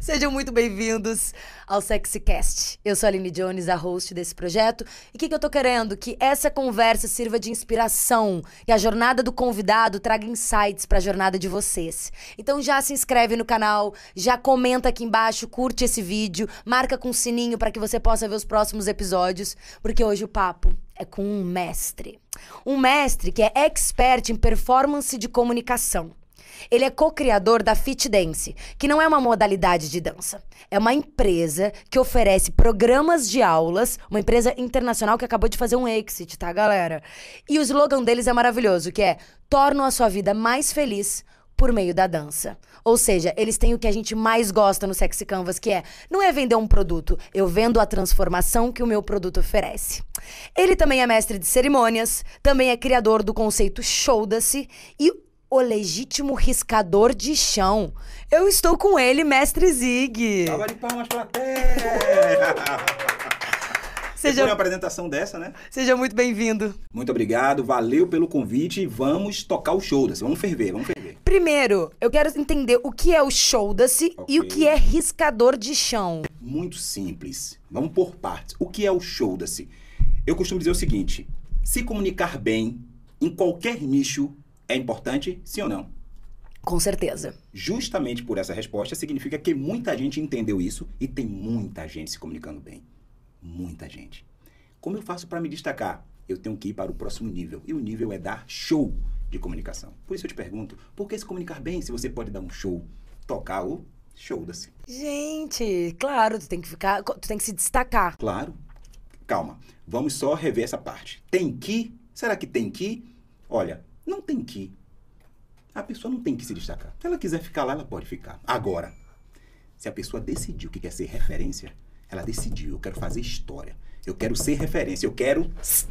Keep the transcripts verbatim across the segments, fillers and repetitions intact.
Sejam muito bem-vindos ao SexyCast. Eu sou a Aline Jones, a host desse projeto. E o que, que eu tô querendo? Que essa conversa sirva de inspiração, que a jornada do convidado traga insights pra jornada de vocês. Então já se inscreve no canal, já comenta aqui embaixo, curte esse vídeo, marca com o sininho para que você possa ver os próximos episódios, porque hoje o papo é com um mestre. Um mestre que é expert em performance de comunicação. Ele é co-criador da Fit Dance, que não é uma modalidade de dança. É uma empresa que oferece programas de aulas, uma empresa internacional que acabou de fazer um exit, tá, galera? E o slogan deles é maravilhoso, que é: tornam a sua vida mais feliz por meio da dança. Ou seja, eles têm o que a gente mais gosta no Sexy Canvas, que é, não é vender um produto, eu vendo a transformação que o meu produto oferece. Ele também é mestre de cerimônias, também é criador do conceito Shoulda-se e o legítimo riscador de chão. Eu estou com ele, mestre Zig. Salva de palmas, plateia! Seja uma apresentação dessa, né? Seja muito bem-vindo. Muito obrigado, valeu pelo convite. Vamos tocar o Shoulda-se, vamos ferver, vamos ferver. Primeiro, eu quero entender o que é o Shoulda-se okay. e o que é riscador de chão. Muito simples. Vamos por partes. O que é o Shoulda-se? Eu costumo dizer o seguinte: se comunicar bem em qualquer nicho é importante, sim ou não? Com certeza. Justamente por essa resposta significa que muita gente entendeu isso e tem muita gente se comunicando bem. Muita gente. Como eu faço para me destacar? Eu tenho que ir para o próximo nível. E o nível é dar show de comunicação. Por isso eu te pergunto, por que se comunicar bem se você pode dar um show? Tocar o Shoulda-se. Gente, claro, tu tem que ficar, tu tem que se destacar. Claro. Calma, vamos só rever essa parte. Tem que? Será que tem que? Olha, não tem que. A pessoa não tem que se destacar. Se ela quiser ficar lá, ela pode ficar. Agora, se a pessoa decidiu que quer ser referência, ela decidiu, eu quero fazer história, eu quero ser referência, eu quero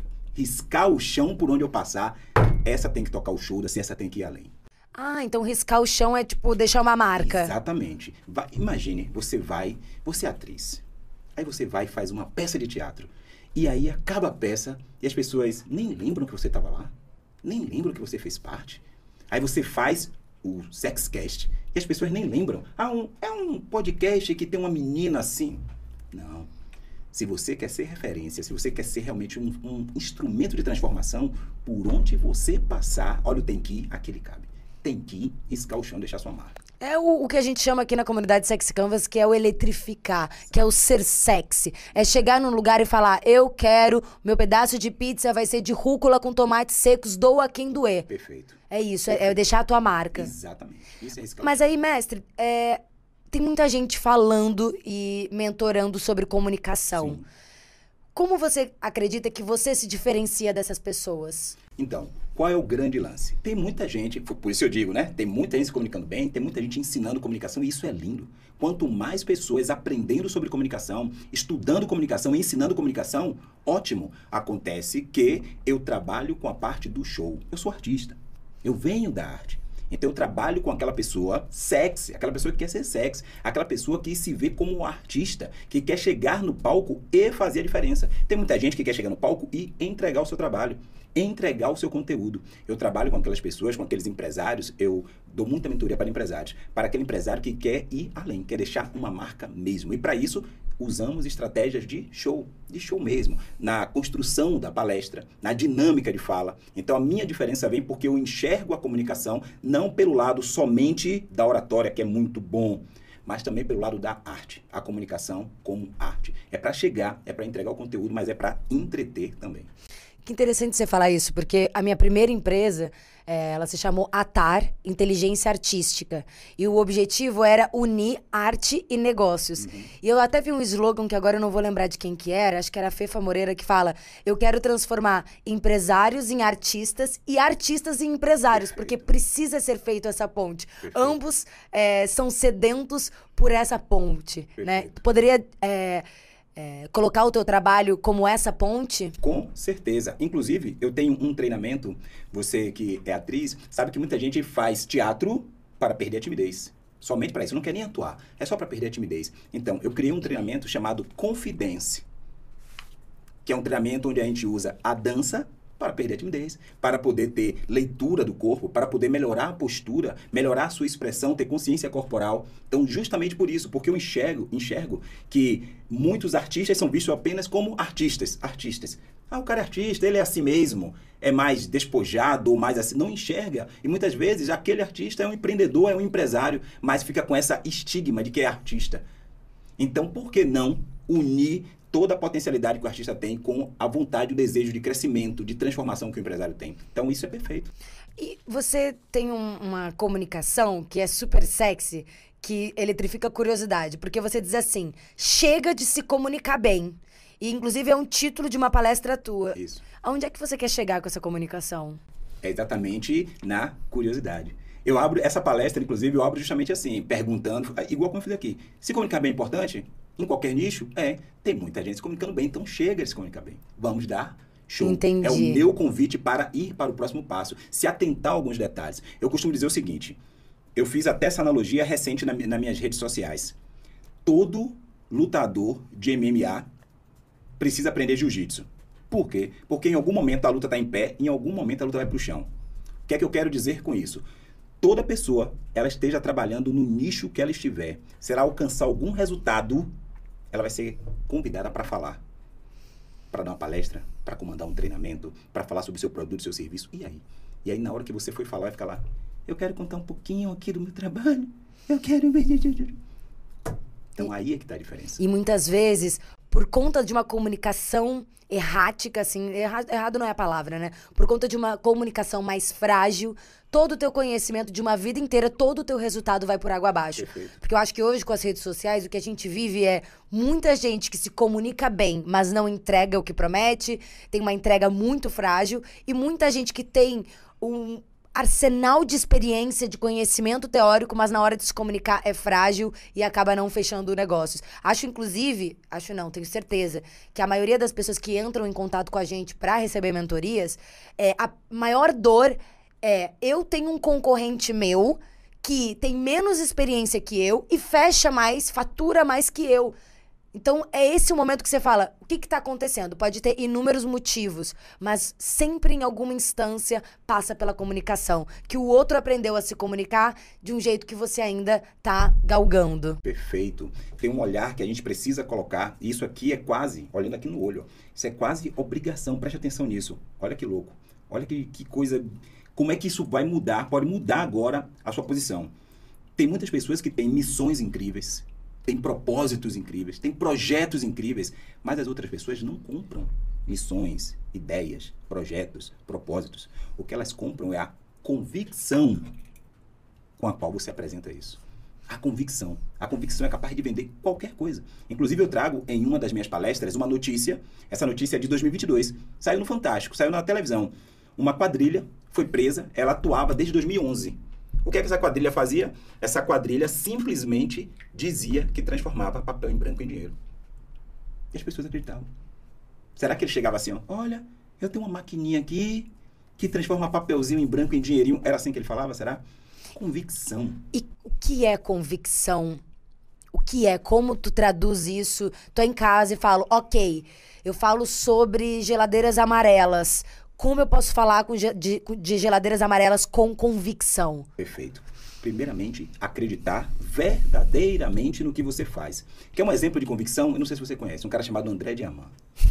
riscar o chão por onde eu passar, essa tem que tocar o Shoulda-se, essa tem que ir além. Ah, então riscar o chão é tipo deixar uma marca. Exatamente. Vai, imagine, você vai, você é atriz, aí você vai e faz uma peça de teatro, e aí acaba a peça e as pessoas nem lembram que você estava lá, nem lembram que você fez parte. Aí você faz o SexCast e as pessoas nem lembram. Ah, um, é um podcast que tem uma menina assim. Não. Se você quer ser referência, se você quer ser realmente um, um instrumento de transformação, por onde você passar, olha o tem que ir, aquele cabe. Tem que ir, riscar o chão, deixar sua marca. É o, o que a gente chama aqui na comunidade Sexy Canvas, que é o eletrificar, que é o ser sexy. É chegar num lugar e falar, eu quero, meu pedaço de pizza vai ser de rúcula com tomates secos, doa quem doer. Perfeito. É isso, é, é deixar a tua marca. Exatamente. Isso é riscar. Mas aí, mestre, é... tem muita gente falando e mentorando sobre comunicação. Sim. Como você acredita que você se diferencia dessas pessoas? Então, qual é o grande lance? Tem muita gente, por isso eu digo, né? Tem muita gente se comunicando bem, tem muita gente ensinando comunicação e isso é lindo. Quanto mais pessoas aprendendo sobre comunicação, estudando comunicação e ensinando comunicação, ótimo. Acontece que eu trabalho com a parte do show. Eu sou artista. Eu venho da arte. Então eu trabalho com aquela pessoa sexy, aquela pessoa que quer ser sexy, aquela pessoa que se vê como um artista, que quer chegar no palco e fazer a diferença. Tem muita gente que quer chegar no palco e entregar o seu trabalho, entregar o seu conteúdo. Eu trabalho com aquelas pessoas, com aqueles empresários, eu dou muita mentoria para empresários, para aquele empresário que quer ir além, quer deixar uma marca mesmo. E para isso, usamos estratégias de show, de show mesmo, na construção da palestra, na dinâmica de fala. Então a minha diferença vem porque eu enxergo a comunicação não pelo lado somente da oratória, que é muito bom, mas também pelo lado da arte, a comunicação como arte. É para chegar, é para entregar o conteúdo, mas é para entreter também. Que interessante você falar isso, porque a minha primeira empresa, é, ela se chamou Atar Inteligência Artística. E o objetivo era unir arte e negócios. Uhum. E eu até vi um slogan que agora eu não vou lembrar de quem que era, acho que era a Fefa Moreira, que fala: eu quero transformar empresários em artistas e artistas em empresários, perfeito, porque precisa ser feito essa ponte. Perfeito. Ambos é, são sedentos por essa ponte, perfeito, né? Tu poderia... É, É, colocar o teu trabalho como essa ponte? Com certeza. Inclusive, eu tenho um treinamento, você que é atriz, sabe que muita gente faz teatro para perder a timidez. Somente para isso, não quer nem atuar. É só para perder a timidez. Então, eu criei um treinamento chamado Confidence, que é um treinamento onde a gente usa a dança para perder a timidez, para poder ter leitura do corpo, para poder melhorar a postura, melhorar a sua expressão, ter consciência corporal. Então, justamente por isso, porque eu enxergo, enxergo que muitos artistas são vistos apenas como artistas, artistas. Ah, o cara é artista, ele é assim mesmo, é mais despojado ou mais assim, não enxerga. E muitas vezes aquele artista é um empreendedor, é um empresário, mas fica com essa estigma de que é artista. Então, por que não unir toda a potencialidade que o artista tem com a vontade, o desejo de crescimento, de transformação que o empresário tem? Então, isso é perfeito. E você tem um, uma comunicação que é super sexy, que eletrifica a curiosidade, porque você diz assim, chega de se comunicar bem. E, inclusive, é um título de uma palestra tua. Isso. Aonde é que você quer chegar com essa comunicação? É exatamente na curiosidade. Eu abro essa palestra, inclusive, eu abro justamente assim, perguntando, igual como eu fiz aqui. Se comunicar bem é importante? Em qualquer nicho? É. Tem muita gente se comunicando bem, então chega de se comunicar bem. Vamos dar show. Entendi. É o meu convite para ir para o próximo passo, se atentar a alguns detalhes. Eu costumo dizer o seguinte, eu fiz até essa analogia recente na, nas minhas redes sociais. Todo lutador de M M A precisa aprender jiu-jitsu. Por quê? Porque em algum momento a luta está em pé, em algum momento a luta vai para o chão. O que é que eu quero dizer com isso? Toda pessoa, ela esteja trabalhando no nicho que ela estiver, se ela alcançar algum resultado, ela vai ser convidada para falar, para dar uma palestra, para comandar um treinamento, para falar sobre o seu produto, seu serviço. E aí? E aí, na hora que você for falar, vai ficar lá, eu quero contar um pouquinho aqui do meu trabalho, eu quero... Então, aí é que está a diferença. E muitas vezes, por conta de uma comunicação errática, assim, erra, errado não é a palavra, né? Por conta de uma comunicação mais frágil, todo o teu conhecimento de uma vida inteira, todo o teu resultado vai por água abaixo. Perfeito. Porque eu acho que hoje, com as redes sociais, o que a gente vive é muita gente que se comunica bem, mas não entrega o que promete, tem uma entrega muito frágil, e muita gente que tem um arsenal de experiência, de conhecimento teórico, mas na hora de se comunicar é frágil e acaba não fechando negócios. Acho, inclusive, acho não, tenho certeza, que a maioria das pessoas que entram em contato com a gente para receber mentorias, é, a maior dor é, eu tenho um concorrente meu que tem menos experiência que eu e fecha mais, fatura mais que eu. Então, é esse o momento que você fala, o que está acontecendo? Pode ter inúmeros motivos, mas sempre em alguma instância passa pela comunicação. Que o outro aprendeu a se comunicar de um jeito que você ainda está galgando. Perfeito. Tem um olhar que a gente precisa colocar, e isso aqui é quase, olhando aqui no olho, isso é quase obrigação, preste atenção nisso. Olha que louco, olha que, que coisa, como é que isso vai mudar, pode mudar agora a sua posição. Tem muitas pessoas que têm missões incríveis, tem propósitos incríveis, tem projetos incríveis, mas as outras pessoas não compram missões, ideias, projetos, propósitos. O que elas compram é a convicção com a qual você apresenta isso. A convicção. A convicção é capaz de vender qualquer coisa. Inclusive, eu trago em uma das minhas palestras uma notícia, essa notícia é de dois mil e vinte e dois, saiu no Fantástico, saiu na televisão. Uma quadrilha foi presa, ela atuava desde dois mil e onze. O que é que essa quadrilha fazia? Essa quadrilha simplesmente dizia que transformava papel em branco em dinheiro. E as pessoas acreditavam. Será que ele chegava assim, ó, olha, eu tenho uma maquininha aqui que transforma papelzinho em branco em dinheirinho? Era assim que ele falava, será? Convicção. E o que é convicção? O que é? Como tu traduz isso? Tô em casa e falo, ok, eu falo sobre geladeiras amarelas. Como eu posso falar com ge de, de geladeiras amarelas com convicção? Perfeito. Primeiramente, acreditar verdadeiramente no que você faz. Que é um exemplo de convicção, eu não sei se você conhece, um cara chamado André Diamant.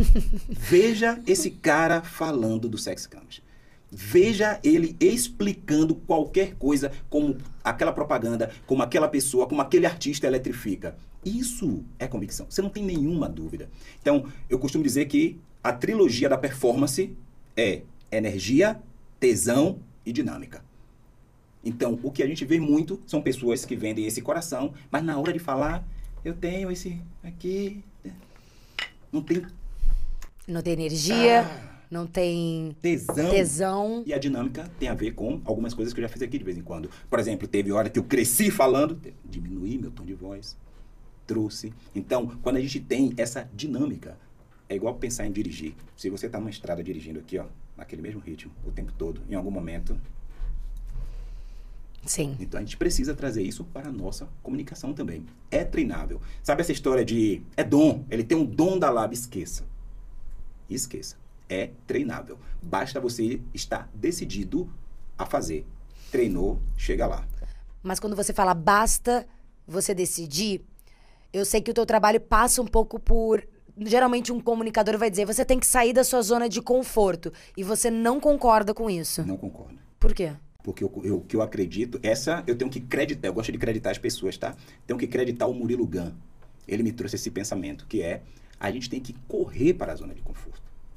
Veja esse cara falando do Sexy Camas. Veja ele explicando qualquer coisa, como aquela propaganda, como aquela pessoa, como aquele artista eletrifica. Isso é convicção. Você não tem nenhuma dúvida. Então, eu costumo dizer que a trilogia da performance é energia, tesão e dinâmica. Então, o que a gente vê muito são pessoas que vendem esse coração, mas na hora de falar, eu tenho esse aqui, não tem... Não tem energia, ah, não tem tesão. tesão. E a dinâmica tem a ver com algumas coisas que eu já fiz aqui de vez em quando. Por exemplo, teve hora que eu cresci falando, diminuí meu tom de voz, trouxe. Então, quando a gente tem essa dinâmica, é igual pensar em dirigir. Se você está numa estrada dirigindo aqui, ó, naquele mesmo ritmo, o tempo todo, em algum momento... Sim. Então, a gente precisa trazer isso para a nossa comunicação também. É treinável. Sabe essa história de... É dom. Ele tem um dom da lábia. Esqueça. Esqueça. é treinável. Basta você estar decidido a fazer. Treinou, chega lá. Mas quando você fala basta você decidir, eu sei que o teu trabalho passa um pouco por... Geralmente um comunicador vai dizer, você tem que sair da sua zona de conforto. E você não concorda com isso. Não concordo. Por quê? Porque o que eu acredito, essa eu tenho que creditar, eu gosto de creditar as pessoas, tá? Tenho que creditar o Murilo Gun. Ele me trouxe esse pensamento, que é, a gente tem que correr para a zona de conforto.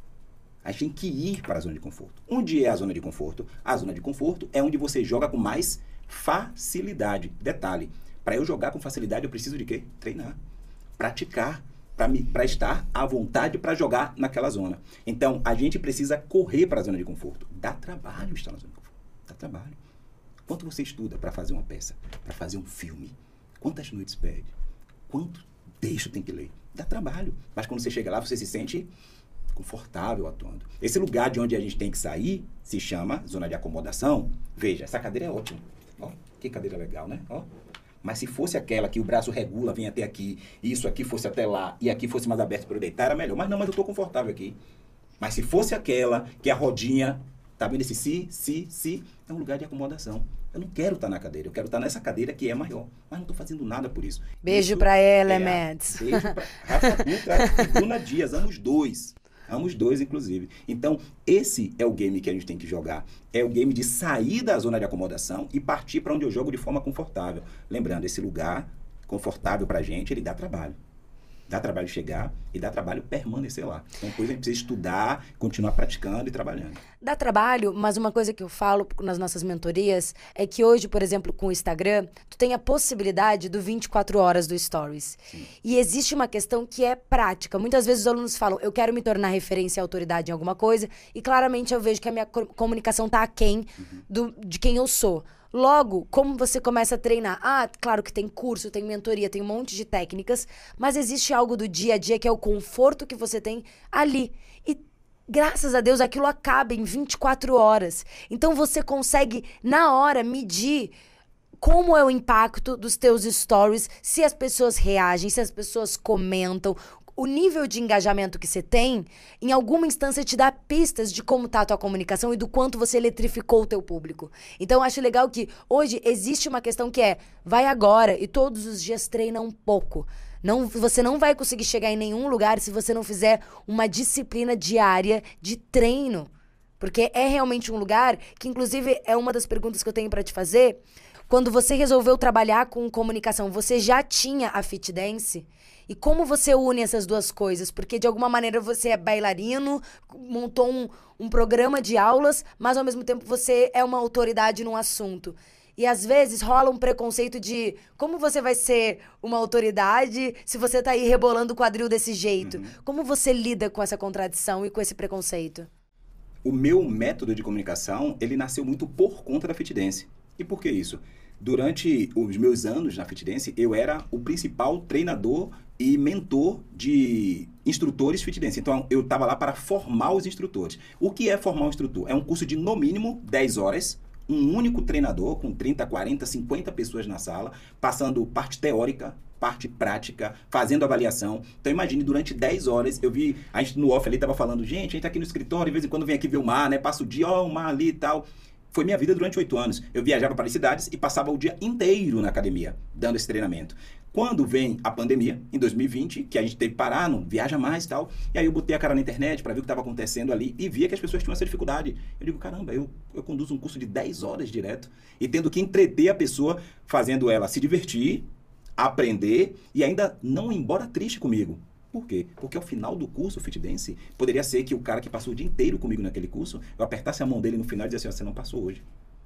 A gente tem que ir para a zona de conforto. Onde é a zona de conforto? A zona de conforto é onde você joga com mais facilidade. Detalhe, para eu jogar com facilidade, eu preciso de quê? Treinar, praticar, para estar à vontade para jogar naquela zona. Então, a gente precisa correr para a zona de conforto. Dá trabalho estar na zona de conforto. Dá trabalho. Quanto você estuda para fazer uma peça? Para fazer um filme? Quantas noites perde? Quanto texto tem que ler? Dá trabalho. Mas quando você chega lá, você se sente confortável atuando. Esse lugar de onde a gente tem que sair se chama zona de acomodação. Veja, essa cadeira é ótima. Ó, que cadeira legal, né? Ó. Mas se fosse aquela que o braço regula, vem até aqui, e isso aqui fosse até lá, e aqui fosse mais aberto para eu deitar, era melhor. Mas não, mas eu estou confortável aqui. Mas se fosse aquela que a rodinha, tá vendo esse si, si, si, é um lugar de acomodação. Eu não quero estar na cadeira, eu quero estar nessa cadeira que é maior. Mas não estou fazendo nada por isso. Beijo para ela, é, Mads. Beijo para Rafa Dutra e Bruna Dias, amo os dois. Amo os dois, inclusive. Então, esse é o game que a gente tem que jogar. É o game de sair da zona de acomodação e partir para onde eu jogo de forma confortável. Lembrando, esse lugar confortável para a gente, ele dá trabalho. Dá trabalho chegar e dá trabalho permanecer lá. Então, depois a gente precisa estudar, continuar praticando e trabalhando. Dá trabalho, mas uma coisa que eu falo nas nossas mentorias é que hoje, por exemplo, com o Instagram, tu tem a possibilidade do vinte e quatro horas do Stories. Sim. E existe uma questão que é prática. Muitas vezes os alunos falam, eu quero me tornar referência e autoridade em alguma coisa, e claramente eu vejo que a minha comunicação tá aquém uhum. do, de quem eu sou. Logo, como você começa a treinar? Ah, claro que tem curso, tem mentoria, tem um monte de técnicas, mas existe algo do dia a dia que é o conforto que você tem ali. E graças a Deus aquilo acaba em vinte e quatro horas. Então você consegue, na hora, medir como é o impacto dos teus stories, se as pessoas reagem, se as pessoas comentam. O nível de engajamento que você tem, em alguma instância te dá pistas de como tá a tua comunicação e do quanto você eletrificou o teu público. Então, eu acho legal que hoje existe uma questão que é, vai agora e todos os dias treina um pouco. Não, você não vai conseguir chegar em nenhum lugar se você não fizer uma disciplina diária de treino. Porque é realmente um lugar que, inclusive, é uma das perguntas que eu tenho pra te fazer. Quando você resolveu trabalhar com comunicação, você já tinha a Fit Dance? E como você une essas duas coisas? Porque, de alguma maneira, você é bailarino, montou um, um programa de aulas, mas, ao mesmo tempo, você é uma autoridade num assunto. E, às vezes, rola um preconceito de como você vai ser uma autoridade se você tá aí rebolando o quadril desse jeito? Uhum. Como você lida com essa contradição e com esse preconceito? O meu método de comunicação, ele nasceu muito por conta da Fit Dance. E por que isso? Durante os meus anos na Fit Dance, eu era o principal treinador e mentor de instrutores Fit Dance. Então, eu estava lá para formar os instrutores. O que é formar um instrutor? É um curso de, no mínimo, dez horas, um único treinador, com trinta, quarenta, cinquenta pessoas na sala, passando parte teórica, parte prática, fazendo avaliação. Então, imagine, durante dez horas, eu vi, a gente no off ali estava falando, gente, a gente tá aqui no escritório, de vez em quando vem aqui ver o mar, né? Passa o dia, ó, o mar ali e tal. Foi minha vida durante oito anos. Eu viajava para as cidades e passava o dia inteiro na academia, dando esse treinamento. Quando vem a pandemia, em dois mil e vinte, que a gente teve que parar, não viaja mais e tal, e aí eu botei a cara na internet para ver o que estava acontecendo ali e via que as pessoas tinham essa dificuldade. Eu digo, caramba, eu, eu conduzo um curso de dez horas direto e tendo que entreter a pessoa, fazendo ela se divertir, aprender e ainda não ir embora triste comigo. Por quê? Porque ao final do curso Fit Dance, poderia ser que o cara que passou o dia inteiro comigo naquele curso, eu apertasse a mão dele no final e dissesse assim, você não passou hoje.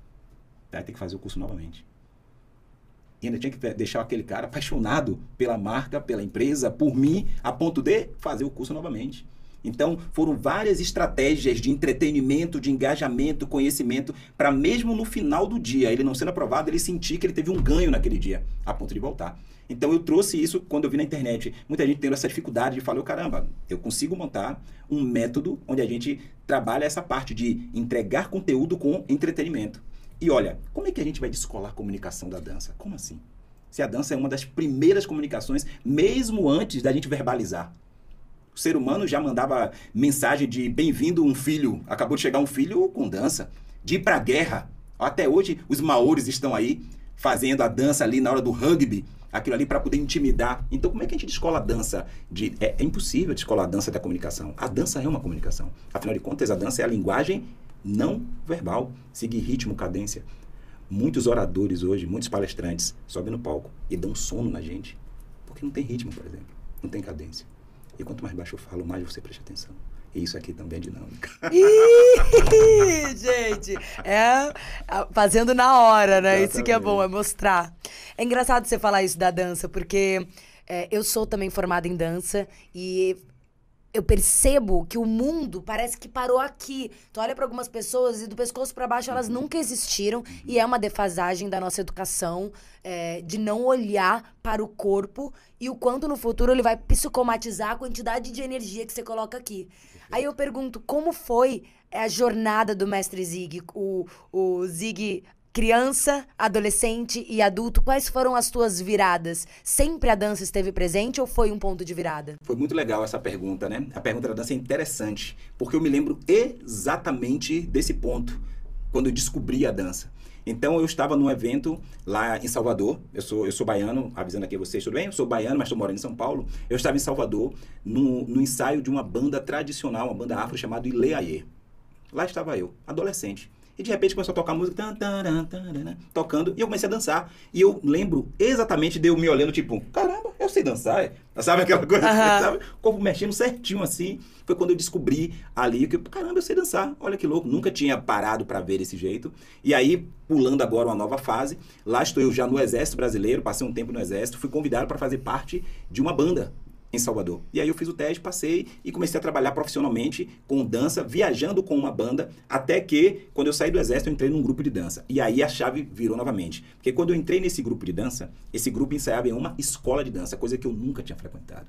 Vai ter que fazer o curso novamente. E ainda tinha que deixar aquele cara apaixonado pela marca, pela empresa, por mim, a ponto de fazer o curso novamente. Então, foram várias estratégias de entretenimento, de engajamento, conhecimento, para mesmo no final do dia, ele não sendo aprovado, ele sentir que ele teve um ganho naquele dia, a ponto de voltar. Então, eu trouxe isso quando eu vi na internet. Muita gente tendo essa dificuldade de falar, caramba, eu consigo montar um método onde a gente trabalha essa parte de entregar conteúdo com entretenimento. E olha, como é que a gente vai descolar a comunicação da dança? Como assim? Se a dança é uma das primeiras comunicações, mesmo antes da gente verbalizar. O ser humano já mandava mensagem de bem-vindo um filho. Acabou de chegar um filho com dança. De ir pra guerra. Até hoje, os maores estão aí fazendo a dança ali na hora do rugby. Aquilo ali para poder intimidar. Então, como é que a gente descola a dança? De, é, é impossível descolar a dança da comunicação. A dança é uma comunicação. Afinal de contas, a dança é a linguagem não verbal. Seguir ritmo, cadência. Muitos oradores hoje, muitos palestrantes, sobem no palco e dão sono na gente. Porque não tem ritmo, por exemplo. Não tem cadência. E quanto mais baixo eu falo, mais você presta atenção. E isso aqui também é dinâmica. Ih, gente, é fazendo na hora, né? Exatamente. Isso que é bom, é mostrar. É engraçado você falar isso da dança, porque é, eu sou também formada em dança e eu percebo que o mundo parece que parou aqui. Tu olha para algumas pessoas e do pescoço para baixo elas nunca existiram. E é uma defasagem da nossa educação é, de não olhar para o corpo e o quanto no futuro ele vai psicomatizar a quantidade de energia que você coloca aqui. Aí eu pergunto, como foi a jornada do Mestre Zig? O, o Zig criança, adolescente e adulto, quais foram as tuas viradas? Sempre a dança esteve presente ou foi um ponto de virada? Foi muito legal essa pergunta, né? A pergunta da dança é interessante, porque eu me lembro exatamente desse ponto, quando eu descobri a dança. Então, eu estava num evento lá em Salvador, eu sou, eu sou baiano, avisando aqui a vocês, tudo bem? Eu sou baiano, mas estou morando em São Paulo. Eu estava em Salvador, no, no ensaio de uma banda tradicional, uma banda afro chamada Ileaie. Lá estava eu, adolescente. E de repente começou a tocar música, tan, tan, tan, tan, tocando, e eu comecei a dançar. E eu lembro exatamente de eu me olhando, tipo, caramba, eu sei dançar, é? Sabe aquela coisa? Uhum. Sabe? O corpo mexendo certinho assim. Foi quando eu descobri ali que, caramba, eu sei dançar. Olha que louco, nunca tinha parado para ver desse jeito. E aí, pulando agora uma nova fase, lá estou eu já no Exército Brasileiro, passei um tempo no Exército, fui convidado para fazer parte de uma banda em Salvador. E aí eu fiz o teste, passei e comecei a trabalhar profissionalmente com dança, viajando com uma banda, até que, quando eu saí do Exército, eu entrei num grupo de dança. E aí a chave virou novamente. Porque quando eu entrei nesse grupo de dança, esse grupo ensaiava em uma escola de dança, coisa que eu nunca tinha frequentado.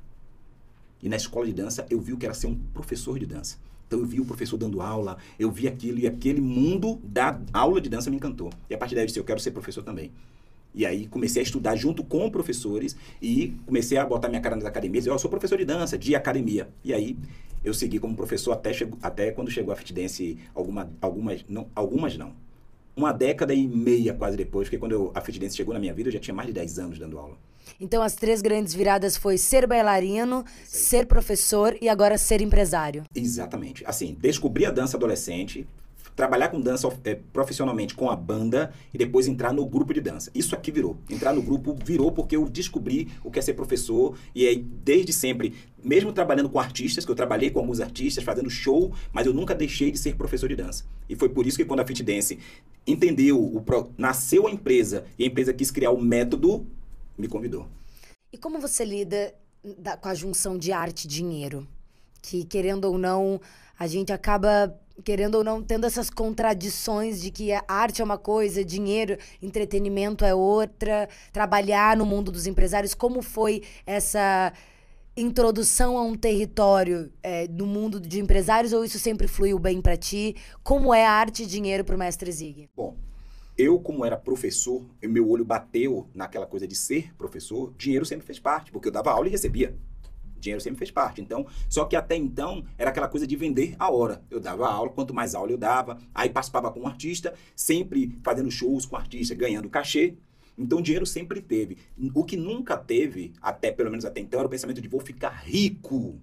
E na escola de dança, eu vi o que era ser um professor de dança. Então eu vi o professor dando aula, eu vi aquilo, e aquele mundo da aula de dança me encantou. E a partir daí eu disse, eu quero ser professor também. E aí comecei a estudar junto com professores e comecei a botar minha cara nas academias. Eu sou professor de dança, de academia. E aí eu segui como professor até, chego, até quando chegou a Fit Dance, alguma, algumas, não, algumas não. Uma década e meia quase depois, porque quando eu, a Fit Dance chegou na minha vida, eu já tinha mais de dez anos dando aula. Então as três grandes viradas foi ser bailarino, ser professor e agora ser empresário. Exatamente. Assim, descobri a dança adolescente, trabalhar com dança é, profissionalmente com a banda e depois entrar no grupo de dança. Isso aqui virou. Entrar no grupo virou porque eu descobri o que é ser professor e aí, desde sempre, mesmo trabalhando com artistas, que eu trabalhei com alguns artistas, fazendo show, mas eu nunca deixei de ser professor de dança. E foi por isso que quando a Fit Dance entendeu, o pro... nasceu a empresa e a empresa quis criar o método, me convidou. E como você lida da, com a junção de arte e dinheiro? Que, querendo ou não, a gente acaba, querendo ou não, tendo essas contradições de que a arte é uma coisa, dinheiro, entretenimento é outra, trabalhar no mundo dos empresários. Como foi essa introdução a um território é, no mundo de empresários, ou isso sempre fluiu bem pra ti? Como é a arte e dinheiro pro Mestre Zig? Bom, eu, como era professor, meu olho bateu naquela coisa de ser professor, dinheiro sempre fez parte, porque eu dava aula e recebia. Dinheiro sempre fez parte. Então, só que até então, era aquela coisa de vender a hora. Eu dava aula, quanto mais aula eu dava, aí participava com um artista, sempre fazendo shows com o artista, ganhando cachê. Então, dinheiro sempre teve. O que nunca teve, até pelo menos até então, era o pensamento de vou ficar rico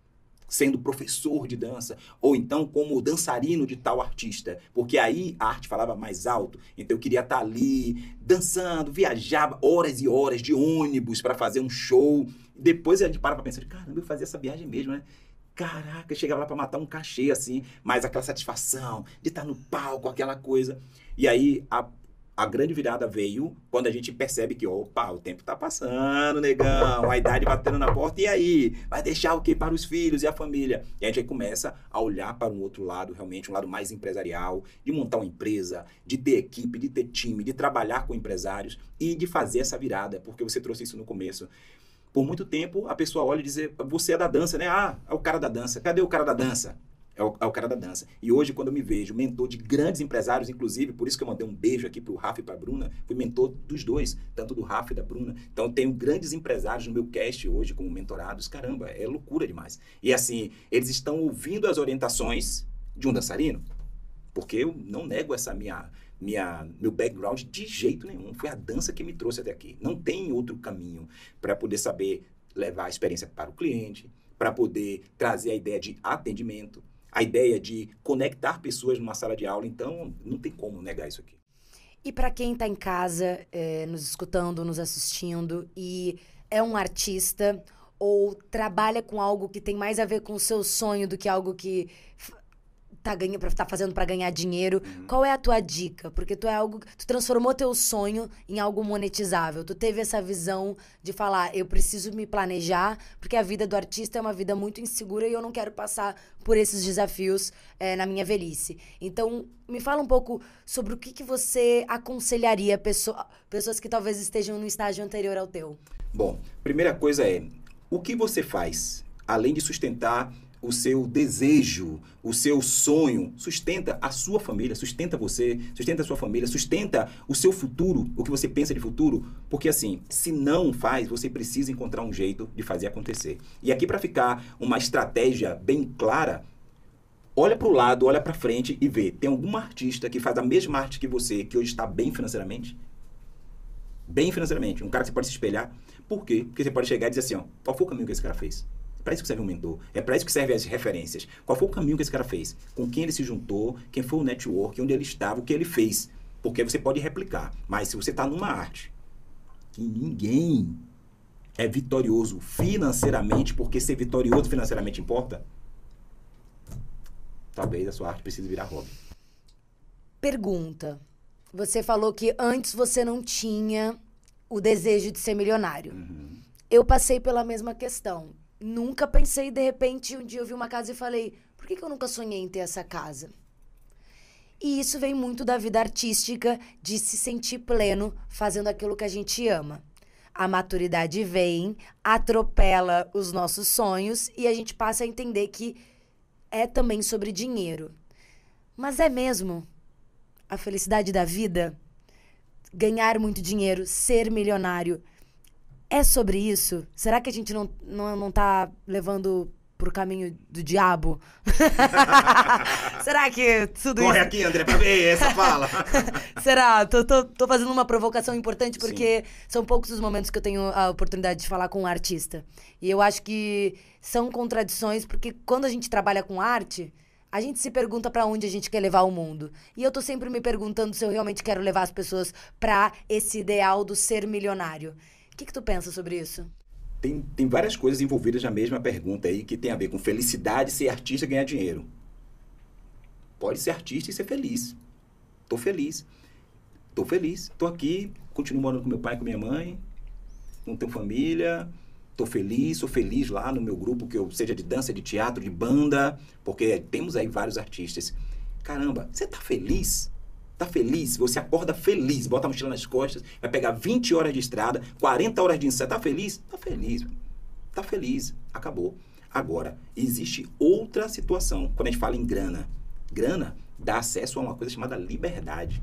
sendo professor de dança, ou então como dançarino de tal artista, porque aí a arte falava mais alto, então eu queria estar ali dançando, viajava horas e horas de ônibus para fazer um show. Depois a gente para para pensar, caramba, eu fazia essa viagem mesmo, né? Caraca, eu chegava lá para matar um cachê, assim, mas aquela satisfação de estar no palco, aquela coisa. E aí a A grande virada veio quando a gente percebe que, opa, o tempo tá passando, negão, a idade batendo na porta, e aí? Vai deixar o quê para os filhos e a família? E a gente aí começa a olhar para um outro lado, realmente, um lado mais empresarial, de montar uma empresa, de ter equipe, de ter time, de trabalhar com empresários e de fazer essa virada, porque você trouxe isso no começo. Por muito tempo, a pessoa olha e diz, você é da dança, né? Ah, é o cara da dança. Cadê o cara da dança? É o, é o cara da dança. E hoje, quando eu me vejo mentor de grandes empresários, inclusive, por isso que eu mandei um beijo aqui pro Rafa e pra Bruna, fui mentor dos dois, tanto do Rafa e da Bruna. Então, eu tenho grandes empresários no meu cast hoje como mentorados. Caramba, é loucura demais. E assim, eles estão ouvindo as orientações de um dançarino, porque eu não nego essa minha, minha, meu background de jeito nenhum. Foi a dança que me trouxe até aqui. Não tem outro caminho para poder saber levar a experiência para o cliente, para poder trazer a ideia de atendimento, a ideia de conectar pessoas numa sala de aula. Então, não tem como negar isso aqui. E para quem está em casa, é, nos escutando, nos assistindo, e é um artista ou trabalha com algo que tem mais a ver com o seu sonho do que algo que tá, ganha, tá fazendo para ganhar dinheiro, uhum. Qual é a tua dica? Porque tu é algo, tu transformou teu sonho em algo monetizável. Tu teve essa visão de falar, eu preciso me planejar, porque a vida do artista é uma vida muito insegura e eu não quero passar por esses desafios é, na minha velhice. Então, me fala um pouco sobre o que, que você aconselharia pessoa, pessoas que talvez estejam no estágio anterior ao teu. Bom, primeira coisa é, o que você faz, além de sustentar o seu desejo, o seu sonho, sustenta a sua família, sustenta você, sustenta a sua família, sustenta o seu futuro, o que você pensa de futuro, porque assim, se não faz, você precisa encontrar um jeito de fazer acontecer. E aqui para ficar uma estratégia bem clara, olha para o lado, olha para frente e vê, tem algum artista que faz a mesma arte que você, que hoje está bem financeiramente? Bem financeiramente, um cara que você pode se espelhar. Por quê? Porque você pode chegar e dizer assim, ó, qual foi o caminho que esse cara fez? É para isso que serve um mentor. É para isso que servem as referências. Qual foi o caminho que esse cara fez? Com quem ele se juntou? Quem foi o network? Onde ele estava? O que ele fez? Porque você pode replicar. Mas se você está numa arte que ninguém é vitorioso financeiramente, porque ser vitorioso financeiramente importa, talvez a sua arte precise virar hobby. Pergunta. Você falou que antes você não tinha o desejo de ser milionário. Uhum. Eu passei pela mesma questão. Nunca pensei, de repente, um dia eu vi uma casa e falei, por que que eu nunca sonhei em ter essa casa? E isso vem muito da vida artística, de se sentir pleno fazendo aquilo que a gente ama. A maturidade vem, atropela os nossos sonhos e a gente passa a entender que é também sobre dinheiro. Mas é mesmo a felicidade da vida? Ganhar muito dinheiro, ser milionário, é sobre isso? Será que a gente não, não, não tá levando pro caminho do diabo? Será que tudo Corre isso... aqui, André, pra ver essa fala. Será? Tô, tô, tô fazendo uma provocação importante porque Sim. são poucos os momentos que eu tenho a oportunidade de falar com um artista. E eu acho que são contradições, porque quando a gente trabalha com arte, a gente se pergunta pra onde a gente quer levar o mundo. E eu tô sempre me perguntando se eu realmente quero levar as pessoas pra esse ideal do ser milionário. O que que tu pensa sobre isso? Tem, tem várias coisas envolvidas na mesma pergunta aí, que tem a ver com felicidade, ser artista e ganhar dinheiro. Pode ser artista e ser feliz. Tô feliz. Tô feliz. Tô aqui, continuo morando com meu pai e com minha mãe, não tenho família, tô feliz, sou feliz lá no meu grupo, que eu seja de dança, de teatro, de banda, porque temos aí vários artistas. Caramba, você tá feliz? Tá feliz? Você acorda feliz, bota a mochila nas costas, vai pegar vinte horas de estrada, quarenta horas de ensaio. Tá feliz? Tá feliz. Tá feliz. Acabou. Agora, existe outra situação. Quando a gente fala em grana, grana dá acesso a uma coisa chamada liberdade.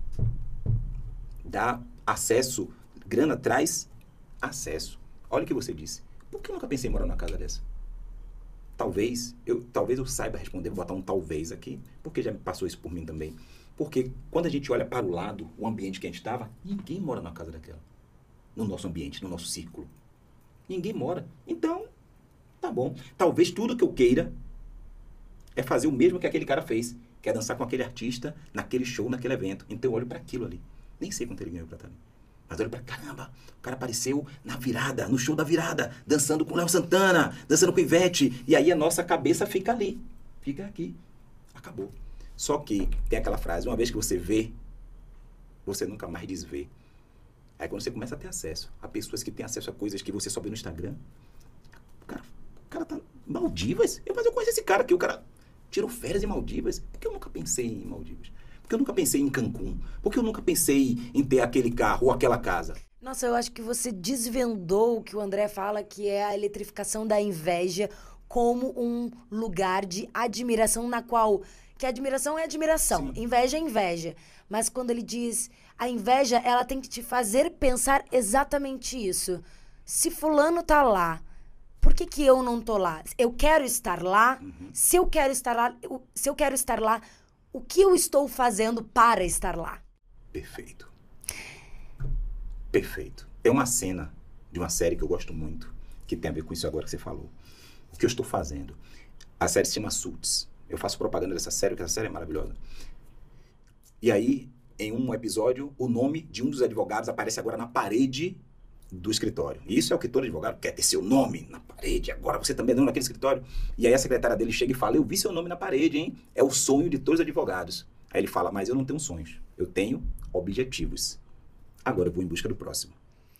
Dá acesso, grana traz acesso. Olha o que você disse. Por que eu nunca pensei em morar numa casa dessa? Talvez, eu, talvez eu saiba responder, vou botar um talvez aqui, porque já passou isso por mim também. Porque quando a gente olha para o lado, o ambiente que a gente estava, ninguém mora numa casa daquela. No nosso ambiente, no nosso círculo. Ninguém mora. Então, tá bom. Talvez tudo que eu queira é fazer o mesmo que aquele cara fez, que é dançar com aquele artista, naquele show, naquele evento. Então eu olho para aquilo ali. Nem sei quanto ele ganhou pra estar ali. Mas olho para caramba, o cara apareceu na virada, no show da virada, dançando com o Léo Santana, dançando com o Ivete. E aí a nossa cabeça fica ali. Fica aqui. Acabou. Só que tem aquela frase, uma vez que você vê, você nunca mais desvê. Aí quando você começa a ter acesso a pessoas que têm acesso a coisas que você só vê no Instagram, o cara, o cara tá Maldivas? Eu, mas eu conheço esse cara aqui, o cara tirou férias em Maldivas. Por que eu nunca pensei em Maldivas? Por que eu nunca pensei em Cancún? Por que eu nunca pensei em ter aquele carro ou aquela casa? Nossa, eu acho que você desvendou o que o André fala, que é a eletrificação da inveja como um lugar de admiração na qual... Que admiração é admiração, Sim. inveja é inveja. Mas quando ele diz... A inveja, ela tem que te fazer pensar exatamente isso. Se fulano tá lá, por que que eu não tô lá? Eu quero estar lá. Uhum. Se eu quero estar lá, eu- se eu quero estar lá, o que eu estou fazendo para estar lá? Perfeito. Perfeito. Tem uma cena de uma série que eu gosto muito, que tem a ver com isso agora que você falou. O que eu estou fazendo? A série se chama Suits. Eu faço propaganda dessa série, porque essa série é maravilhosa. E aí, em um episódio, o nome de um dos advogados aparece agora na parede do escritório. E isso é o que todo advogado quer, ter seu nome na parede. Agora você também não naquele escritório. E aí a secretária dele chega e fala, eu vi seu nome na parede, hein? É o sonho de todos os advogados. Aí ele fala, mas eu não tenho sonhos. Eu tenho objetivos. Agora eu vou em busca do próximo.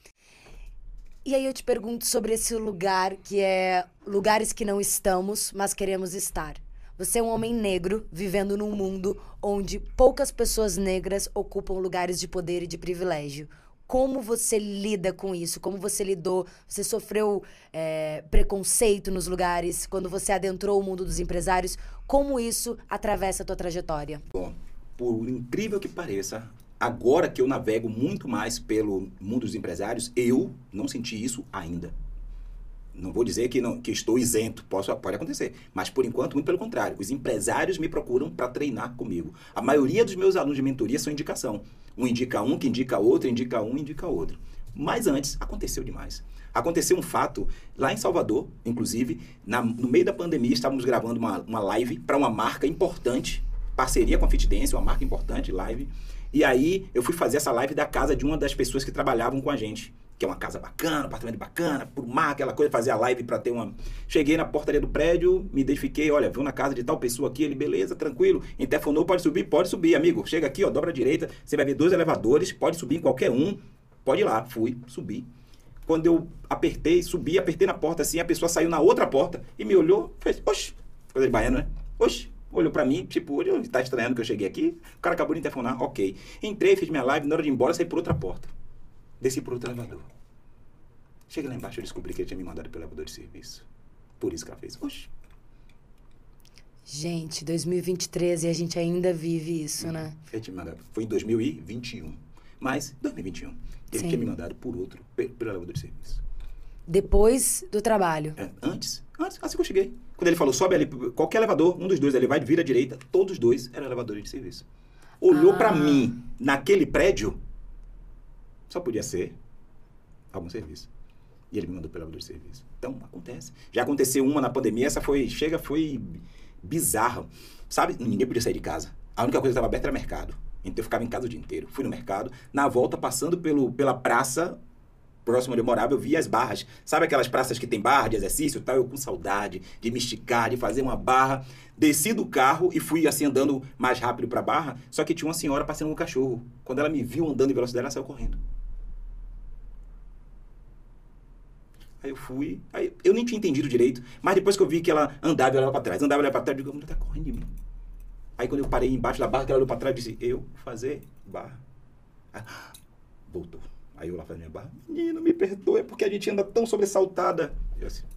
E aí eu te pergunto sobre esse lugar que é lugares que não estamos, mas queremos estar. Você é um homem negro vivendo num mundo onde poucas pessoas negras ocupam lugares de poder e de privilégio. Como você lida com isso? Como você lidou? Você sofreu é, preconceito nos lugares quando você adentrou o mundo dos empresários? Como isso atravessa a tua trajetória? Bom, por incrível que pareça, agora que eu navego muito mais pelo mundo dos empresários, eu não senti isso ainda. Não vou dizer que, não, que estou isento, posso, pode acontecer. Mas, por enquanto, muito pelo contrário. Os empresários me procuram para treinar comigo. A maioria dos meus alunos de mentoria são indicação. Um indica um, que indica outro, indica um, indica outro. Mas antes, aconteceu demais. Aconteceu um fato lá em Salvador, inclusive, na, no meio da pandemia, estávamos gravando uma, uma live para uma marca importante, parceria com a FitDance, uma marca importante, live. E aí, eu fui fazer essa live da casa de uma das pessoas que trabalhavam com a gente. Que é uma casa bacana, um apartamento bacana, por mar, aquela coisa, fazer a live para ter uma... Cheguei na portaria do prédio, me identifiquei, olha, vou na casa de tal pessoa aqui, ele, beleza, tranquilo, interfonou, pode subir? Pode subir, amigo, chega aqui, ó, dobra a direita, você vai ver dois elevadores, pode subir em qualquer um, pode ir lá, fui, subi. Quando eu apertei, subi, apertei na porta assim, a pessoa saiu na outra porta e me olhou, fez, oxe, coisa de baiano, né? Oxe, olhou pra mim, tipo, tá estranhando que eu cheguei aqui, o cara acabou de interfonar, ok. Entrei, fiz minha live, na hora de ir embora, saí por outra porta. Desci por outro elevador. Cheguei lá embaixo e descobri que ele tinha me mandado pelo elevador de serviço. Por isso que ela fez. Oxi. Gente, dois mil e vinte e três e a gente ainda vive isso, Uhum. né? Ele tinha me mandado. Foi em dois mil e vinte e um. Mas, dois mil e vinte e um. Ele Sim. tinha me mandado por outro, pelo, pelo elevador de serviço. Depois do trabalho. É, antes, antes, assim que eu cheguei. Quando ele falou, sobe ali, qualquer elevador, um dos dois, ele vai vir à direita, todos os dois eram elevadores de serviço. Olhou Ah. pra mim, naquele prédio, só podia ser algum serviço. E ele me mandou pelo elevador de serviço. Então, acontece. Já aconteceu uma na pandemia, essa foi, chega, foi bizarra. Sabe, ninguém podia sair de casa. A única coisa que estava aberta era mercado. Então eu ficava em casa o dia inteiro. Fui no mercado, na volta, passando pelo, pela praça, próximo onde eu morava, eu via as barras. Sabe aquelas praças que tem barra de exercício e tal? Eu com saudade de me esticar, de fazer uma barra. Desci do carro e fui assim andando mais rápido pra barra, só que tinha uma senhora passeando com um cachorro. Quando ela me viu andando em velocidade, ela saiu correndo. Aí eu fui, aí eu nem tinha entendido direito, mas depois que eu vi que ela andava e olhava pra trás, andava e olhava pra trás, eu digo, a mulher tá correndo de mim. Aí quando eu parei embaixo da barra, que ela olhou pra trás, eu disse, eu fazer barra. Aí, voltou. Aí eu lá fazendo minha barra, menino, me perdoa, é porque a gente anda tão sobressaltada. Eu assim.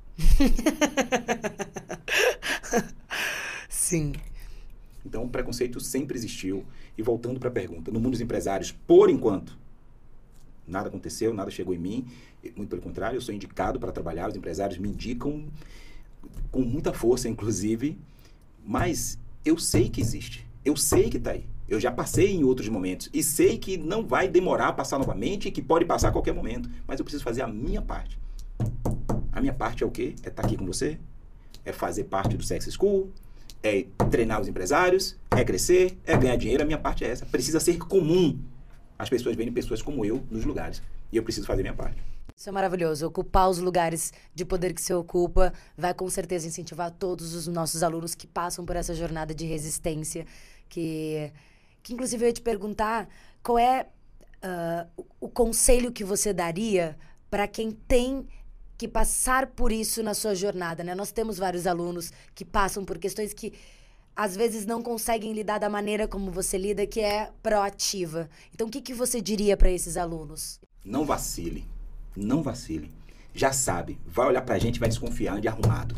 Sim. Então o preconceito sempre existiu. E voltando pra pergunta, no mundo dos empresários, por enquanto, nada aconteceu, nada chegou em mim. Muito pelo contrário, eu sou indicado para trabalhar. Os empresários me indicam com muita força, inclusive. Mas eu sei que existe. Eu sei que está aí. Eu já passei em outros momentos. E sei que não vai demorar a passar novamente e que pode passar a qualquer momento. Mas eu preciso fazer a minha parte. A minha parte é o quê? É estar aqui com você. É fazer parte do Sex School. É treinar os empresários. É crescer. É ganhar dinheiro. A minha parte é essa. Precisa ser comum. As pessoas verem pessoas como eu nos lugares. E eu preciso fazer minha parte. Isso é maravilhoso. Ocupar os lugares de poder que você ocupa vai com certeza incentivar todos os nossos alunos que passam por essa jornada de resistência. Que, que inclusive eu ia te perguntar qual é uh, o, o conselho que você daria para quem tem que passar por isso na sua jornada, né? Nós temos vários alunos que passam por questões que às vezes não conseguem lidar da maneira como você lida, que é proativa. Então, o que, que você diria para esses alunos? Não vacile. Não vacile. Já sabe. Vai olhar pra gente e vai desconfiar de arrumado.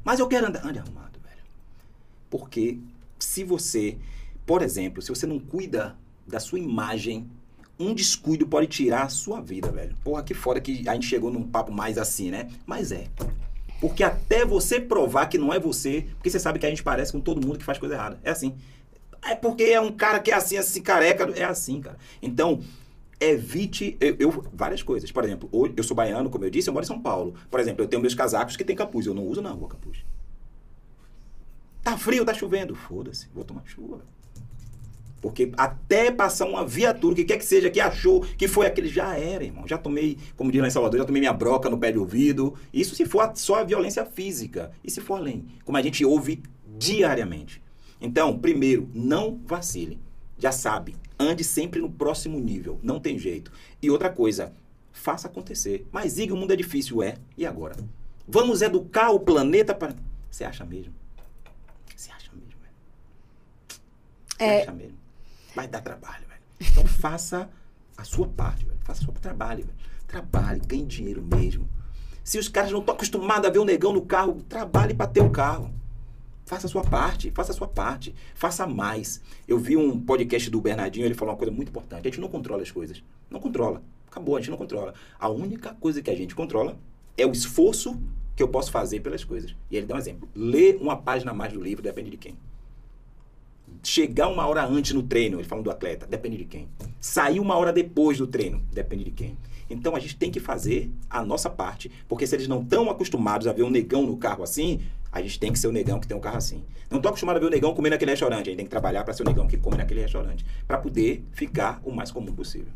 Mas eu quero andar... Ande arrumado, velho. Porque se você, por exemplo, se você não cuida da sua imagem, um descuido pode tirar a sua vida, velho. Porra, que foda que a gente chegou num papo mais assim, né? Mas é. Porque até você provar que não é você, porque você sabe que a gente parece com todo mundo que faz coisa errada. É assim. É porque é um cara que é assim, assim, careca. É assim, cara. Então, evite... Eu, eu, várias coisas. Por exemplo, hoje, eu sou baiano, como eu disse, eu moro em São Paulo. Por exemplo, eu tenho meus casacos que tem capuz. Eu não uso na rua capuz. Tá frio, tá chovendo. Foda-se, vou tomar chuva. Porque até passar uma viatura, que quer que seja, que achou que foi aquele, já era, irmão. Já tomei, como diz lá em Salvador, já tomei minha broca no pé de ouvido. Isso se for só a violência física. E se for além, como a gente ouve diariamente. Então, primeiro, não vacile. Já sabe, ande sempre no próximo nível. Não tem jeito. E outra coisa, faça acontecer. Mas, Zig, o mundo é difícil, é. E agora? Vamos educar o planeta para... Você acha mesmo? Você acha mesmo, velho? Você É... acha mesmo? Vai dar trabalho, velho. Então faça a sua parte, velho. Faça o seu trabalho, velho. Trabalhe, ganhe dinheiro mesmo. Se os caras não estão acostumados a ver o negão no carro, trabalhe para ter o carro. Faça a sua parte, faça a sua parte. Faça mais. Eu vi um podcast do Bernardinho, ele falou uma coisa muito importante. A gente não controla as coisas. Não controla. Acabou, a gente não controla. A única coisa que a gente controla é o esforço que eu posso fazer pelas coisas. E ele dá um exemplo. Ler uma página a mais do livro depende de quem? Chegar uma hora antes no treino, ele falando do atleta, depende de quem? Sair uma hora depois do treino, depende de quem? Então a gente tem que fazer a nossa parte, porque se eles não estão acostumados a ver um negão no carro assim, a gente tem que ser o negão que tem um carro assim. Não estou acostumado a ver o negão comer naquele restaurante, a gente tem que trabalhar para ser o negão que come naquele restaurante, para poder ficar o mais comum possível.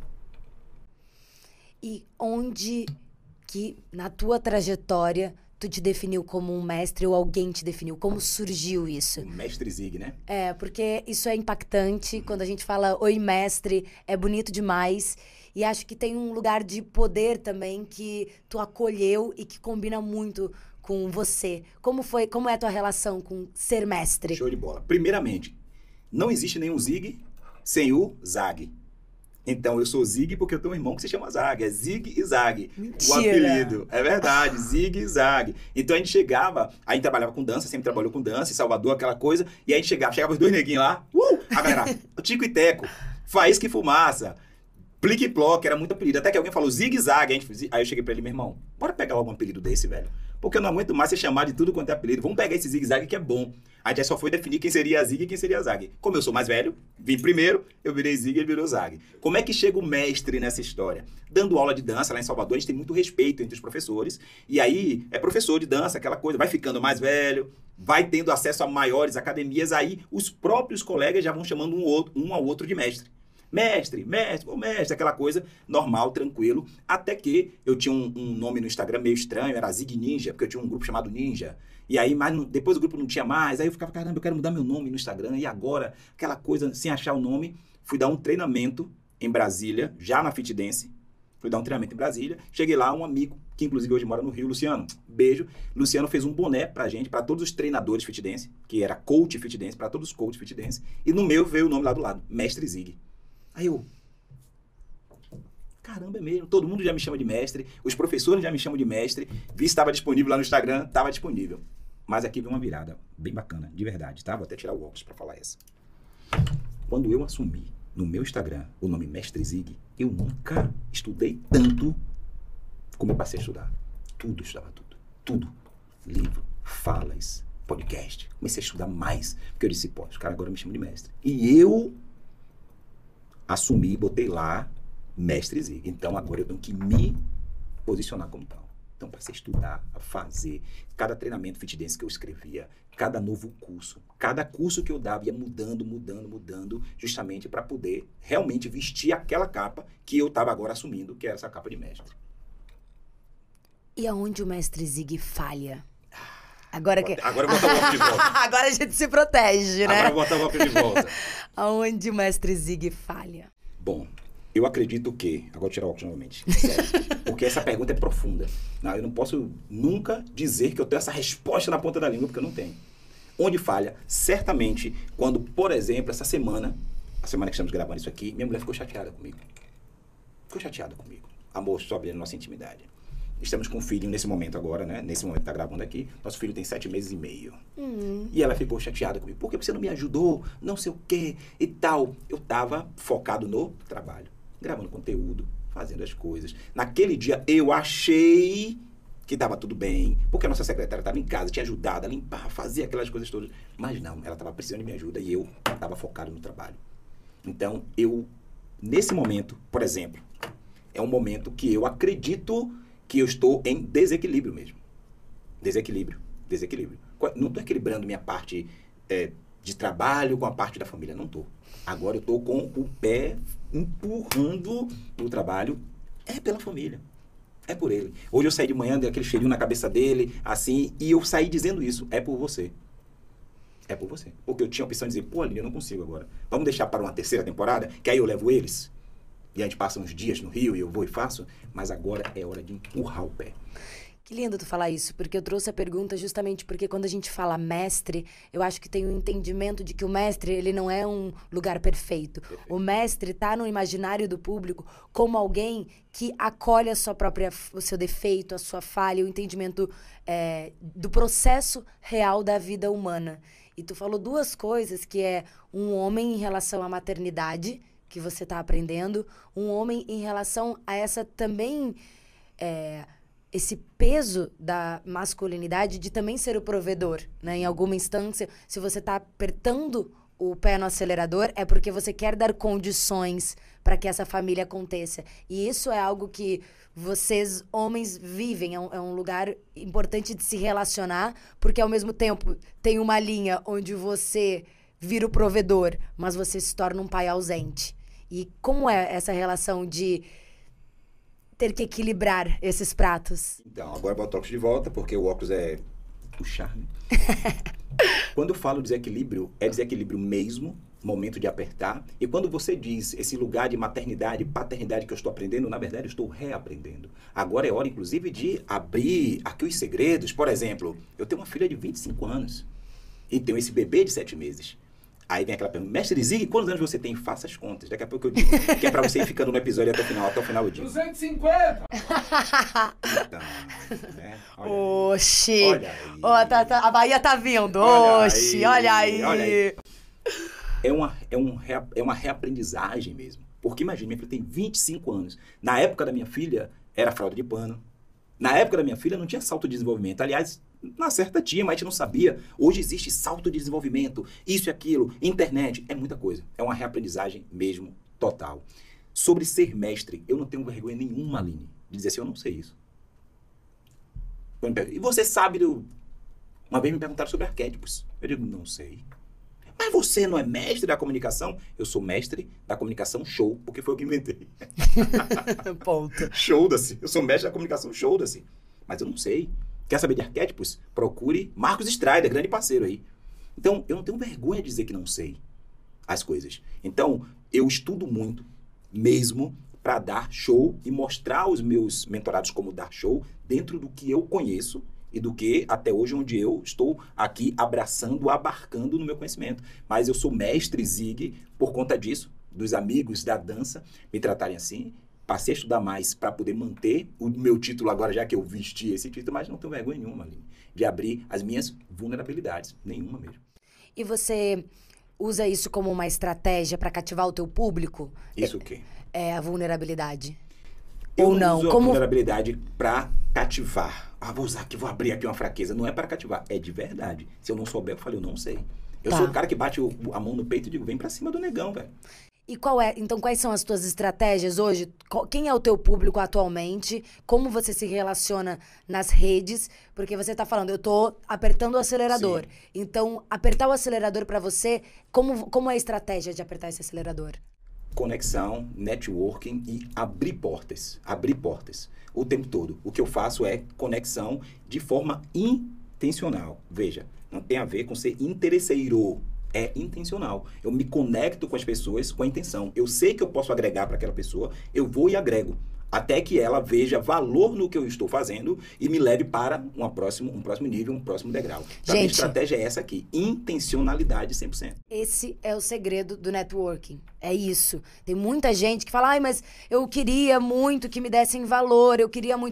E onde que, na tua trajetória, tu te definiu como um mestre ou alguém te definiu? Como surgiu isso? O mestre Zig, né? É, porque isso é impactante. Uhum. Quando a gente fala oi, mestre, é bonito demais. E acho que tem um lugar de poder também que tu acolheu e que combina muito com você. Como foi, como é a tua relação com ser mestre? Show de bola. Primeiramente, não existe nenhum Zig sem o Zag. Então, eu sou Zig porque eu tenho um irmão que se chama Zag. É Zig e Zag. Mentira. O apelido. É verdade, Zig e Zag. Então, a gente chegava, a gente trabalhava com dança, sempre trabalhou com dança, em Salvador, aquela coisa. E aí a gente chegava, chegava os dois neguinhos lá. Uh! A galera, Tico e Teco, Faísca e Fumaça, Plique e Ploque, era muito apelido. Até que alguém falou Zig e Zag. A gente, aí eu cheguei pra ele, meu irmão, bora pegar logo um apelido desse, velho. Porque eu não aguento mais ser chamado de tudo quanto é apelido. Vamos pegar esse Zig e Zag que é bom. A gente só foi definir quem seria a Zig e quem seria a Zag. Como eu sou mais velho, vim primeiro, eu virei Zig e ele virou Zag. Como é que chega o mestre nessa história? Dando aula de dança lá em Salvador, a gente tem muito respeito entre os professores. E aí, é professor de dança, aquela coisa, vai ficando mais velho, vai tendo acesso a maiores academias, aí os próprios colegas já vão chamando um, outro, um ao outro de mestre. Mestre, mestre, ô mestre, aquela coisa normal, tranquilo. Até que eu tinha um, um nome no Instagram meio estranho, era Zig Ninja, porque eu tinha um grupo chamado Ninja. E aí, mas depois o grupo não tinha mais, aí eu ficava, caramba, eu quero mudar meu nome no Instagram. E agora, aquela coisa, sem achar o nome, fui dar um treinamento em Brasília, já na Fit Dance. Fui dar um treinamento em Brasília. Cheguei lá, um amigo, que inclusive hoje mora no Rio, Luciano, beijo. Luciano fez um boné pra gente, pra todos os treinadores Fit Dance, que era coach Fit Dance, pra todos os coaches Fit Dance. E no meu veio o nome lá do lado, Mestre Zig. Aí eu, caramba, é mesmo, todo mundo já me chama de mestre, os professores já me chamam de mestre, vi se estava disponível lá no Instagram, estava disponível. Mas aqui veio uma virada bem bacana, de verdade, tá? Vou até tirar o óculos para falar essa. Quando eu assumi no meu Instagram o nome Mestre Zig, eu nunca estudei tanto como eu passei a estudar. Tudo, estudava tudo, tudo. Livro, falas, podcast. Comecei a estudar mais, porque eu disse, pô, os caras agora me chamam de mestre. E eu assumi, botei lá Mestre Zig. Então agora eu tenho que me posicionar como tal. Então passei a estudar, a fazer. Cada treinamento Fit Dance que eu escrevia, cada novo curso, cada curso que eu dava ia mudando, mudando, mudando, justamente para poder realmente vestir aquela capa que eu estava agora assumindo, que era essa capa de mestre. E aonde o Mestre Zig falha? Agora que... Agora bota o óculos de volta. Agora a gente se protege, né? Agora bota o óculos de volta. Aonde o Mestre Zig falha? Bom, eu acredito que... Agora vou tirar o óculos novamente. Sério. Porque essa pergunta é profunda. Não, eu não posso nunca dizer que eu tenho essa resposta na ponta da língua, porque eu não tenho. Onde falha? Certamente, quando, por exemplo, essa semana, a semana que estamos gravando isso aqui, minha mulher ficou chateada comigo. Ficou chateada comigo. Amor, sobre a nossa intimidade. estamos com um filho nesse momento agora, né? Nesse momento que tá gravando aqui. Nosso filho tem sete meses e meio. Uhum. E ela ficou chateada comigo. Por que você não me ajudou? Não sei o quê e tal. Eu tava focado no trabalho. Gravando conteúdo, fazendo as coisas. Naquele dia, eu achei que tava tudo bem. Porque a nossa secretária tava em casa, tinha ajudado a limpar, fazer aquelas coisas todas. Mas não, ela tava precisando de minha ajuda e eu tava focado no trabalho. Então, eu, nesse momento, por exemplo, é um momento que eu acredito que eu estou em desequilíbrio mesmo. Desequilíbrio, desequilíbrio. Não estou equilibrando minha parte é, de trabalho com a parte da família, não estou. Agora eu estou com o pé empurrando o trabalho, é pela família, é por ele. Hoje eu saí de manhã, dei aquele cheirinho na cabeça dele, assim, e eu saí dizendo isso, é por você. É por você. Porque eu tinha a opção de dizer, pô, Aline, eu não consigo agora. Vamos deixar para uma terceira temporada, que aí eu levo eles. E a gente passa uns dias no Rio e eu vou e faço. Mas agora é hora de empurrar o pé. Que lindo tu falar isso, porque eu trouxe a pergunta justamente porque quando a gente fala mestre, eu acho que tem um entendimento de que o mestre, ele não é um lugar perfeito. Perfeito. O mestre tá no imaginário do público como alguém que acolhe a sua própria, o seu defeito, a sua falha, o entendimento é, do processo real da vida humana. E tu falou duas coisas, que é um homem em relação à maternidade, que você está aprendendo, um homem em relação a essa também, é, esse peso da masculinidade de também ser o provedor, né? Em alguma instância, se você está apertando o pé no acelerador, é porque você quer dar condições para que essa família aconteça. E isso é algo que vocês, homens, vivem. É um, é um lugar importante de se relacionar, porque ao mesmo tempo tem uma linha onde você vira o provedor, mas você se torna um pai ausente. E como é essa relação de ter que equilibrar esses pratos? Então, agora eu boto o óculos de volta, porque o óculos é o charme. Quando eu falo desequilíbrio, é desequilíbrio mesmo, momento de apertar. E quando você diz esse lugar de maternidade, paternidade que eu estou aprendendo, na verdade eu estou reaprendendo. Agora é hora, inclusive, de abrir aqui os segredos. Por exemplo, eu tenho uma filha de vinte e cinco anos e tenho esse bebê de sete meses. Aí vem aquela pergunta, mestre Zig, quantos anos você tem? Faça as contas. Daqui a pouco eu digo, que é pra você ir ficando no episódio até o final. Até o final eu digo. duzentos e cinquenta! Então, né? Oxi! Olha aí. Oh, tá, tá, a Bahia tá vindo. Olha Oxi, aí, olha aí. Olha aí. É uma, é, um, é uma reaprendizagem mesmo. Porque imagina, minha filha tem vinte e cinco anos. Na época da minha filha, era fralda de pano. Na época da minha filha, não tinha salto de desenvolvimento. Aliás, na certa tinha, mas a gente não sabia. Hoje existe salto de desenvolvimento, isso e aquilo, internet, é muita coisa. É uma reaprendizagem mesmo, total. Sobre ser mestre, eu não tenho vergonha nenhuma, Aline, de dizer assim, eu não sei isso. E você sabe, do... uma vez me perguntaram sobre arquétipos. Eu digo, não sei. Mas você não é mestre da comunicação? Eu sou mestre da comunicação show, porque foi eu que inventei. Ponto. Show-da-se. Eu sou mestre da comunicação show-da-se. Mas eu não sei. Quer saber de arquétipos? Procure Marcos Strider, grande parceiro aí. Então, eu não tenho vergonha de dizer que não sei as coisas. Então, eu estudo muito, mesmo, para dar show e mostrar aos meus mentorados como dar show dentro do que eu conheço e do que até hoje onde eu estou aqui abraçando, abarcando no meu conhecimento. Mas eu sou mestre Zig por conta disso, dos amigos da dança me tratarem assim. Passei a estudar mais para poder manter o meu título agora, já que eu vesti esse título, mas não tenho vergonha nenhuma, Aline, de abrir as minhas vulnerabilidades, nenhuma mesmo. E você usa isso como uma estratégia para cativar o teu público? Isso o quê? É a vulnerabilidade. Eu Ou não, não? uso Como... a vulnerabilidade para cativar. Ah, vou usar aqui, vou abrir aqui uma fraqueza. Não é para cativar, é de verdade. Se eu não souber, eu falei, eu não sei. Eu Tá. sou o cara que bate o, a mão no peito e digo, vem para cima do negão, velho. E qual é, então, quais são as tuas estratégias hoje? Qual- Quem é o teu público atualmente? Como você se relaciona nas redes? Porque você tá falando, eu tô apertando o acelerador. Sim. Então, apertar o acelerador pra você, como, como é a estratégia de apertar esse acelerador? Conexão, networking e abrir portas. Abrir portas. O tempo todo. O que eu faço é conexão de forma intencional. Veja, não tem a ver com ser interesseiro. É intencional. Eu me conecto com as pessoas com a intenção. Eu sei que eu posso agregar para aquela pessoa, eu vou e agrego. Até que ela veja valor no que eu estou fazendo e me leve para uma próximo, um próximo nível, um próximo degrau. Então, a minha Gente. estratégia é essa aqui. Intencionalidade cem por cento. Esse é o segredo do networking. É isso. Tem muita gente que fala, ai, mas eu queria muito que me dessem valor, eu queria muito...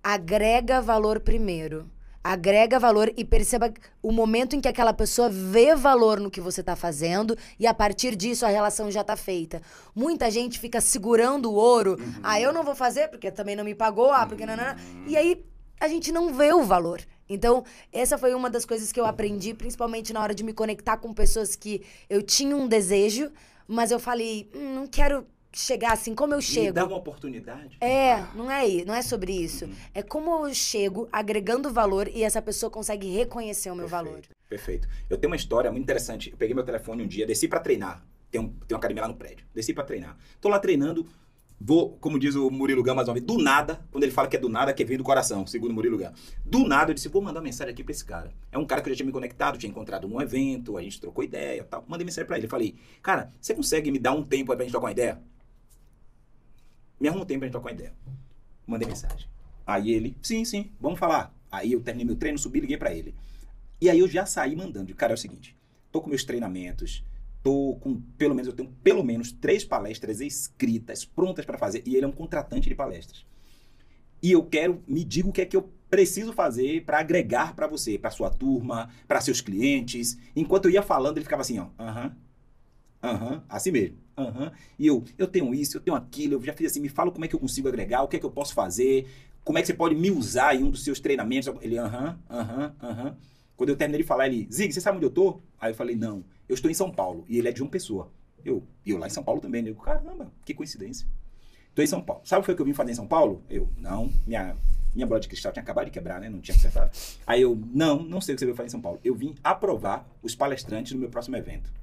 agrega valor primeiro. Agrega valor e perceba o momento em que aquela pessoa vê valor no que você está fazendo e a partir disso a relação já está feita. Muita gente fica segurando o ouro. Uhum. Ah, eu não vou fazer porque também não me pagou. Ah, porque não, não, não. E aí a gente não vê o valor. Então, essa foi uma das coisas que eu aprendi, principalmente na hora de me conectar com pessoas que eu tinha um desejo, mas eu falei, hum, não quero chegar assim, como eu chego. Me dá uma oportunidade. É, não é, não é sobre isso. Uhum. É como eu chego agregando valor e essa pessoa consegue reconhecer o meu perfeito, valor. Perfeito. Eu tenho uma história muito interessante. Eu peguei meu telefone um dia, desci pra treinar. Tem, um, tem uma academia lá no prédio. Desci pra treinar. Tô lá treinando, vou, como diz o Murilo Gun, mais uma vez, do nada, quando ele fala que é do nada, que vem do coração, segundo o Murilo Gun. Do nada, eu disse, vou mandar uma mensagem aqui pra esse cara. É um cara que eu já tinha me conectado, tinha encontrado num evento, a gente trocou ideia e tal. Mandei mensagem pra ele. Falei, cara, você consegue me dar um tempo aí pra gente trocar uma ideia? Me arruma um tempo pra gente trocar uma ideia. Mandei mensagem. Aí ele, sim, sim, vamos falar. Aí eu terminei meu treino, subi, liguei pra ele. E aí eu já saí mandando. Cara, é o seguinte, tô com meus treinamentos, tô com, pelo menos, eu tenho pelo menos três palestras escritas, prontas pra fazer. E ele é um contratante de palestras. E eu quero, me diga o que é que eu preciso fazer pra agregar pra você, pra sua turma, pra seus clientes. Enquanto eu ia falando, ele ficava assim, ó, aham, aham, assim mesmo. Uhum. E eu, eu tenho isso, eu tenho aquilo, eu já fiz assim, me fala como é que eu consigo agregar, o que é que eu posso fazer, como é que você pode me usar em um dos seus treinamentos. Ele, aham, aham, aham. Quando eu terminei de falar, ele, Zig, você sabe onde eu tô? Aí eu falei, não, eu estou em São Paulo, e ele é de João Pessoa. Eu, e eu lá em São Paulo também, eu digo, caramba, que coincidência. Tô em São Paulo. Sabe o que eu vim fazer em São Paulo? Eu, não, minha, minha bola de cristal tinha acabado de quebrar, né, não tinha acertado. Aí eu, não, não sei o que você veio fazer em São Paulo. Eu vim aprovar os palestrantes no meu próximo evento.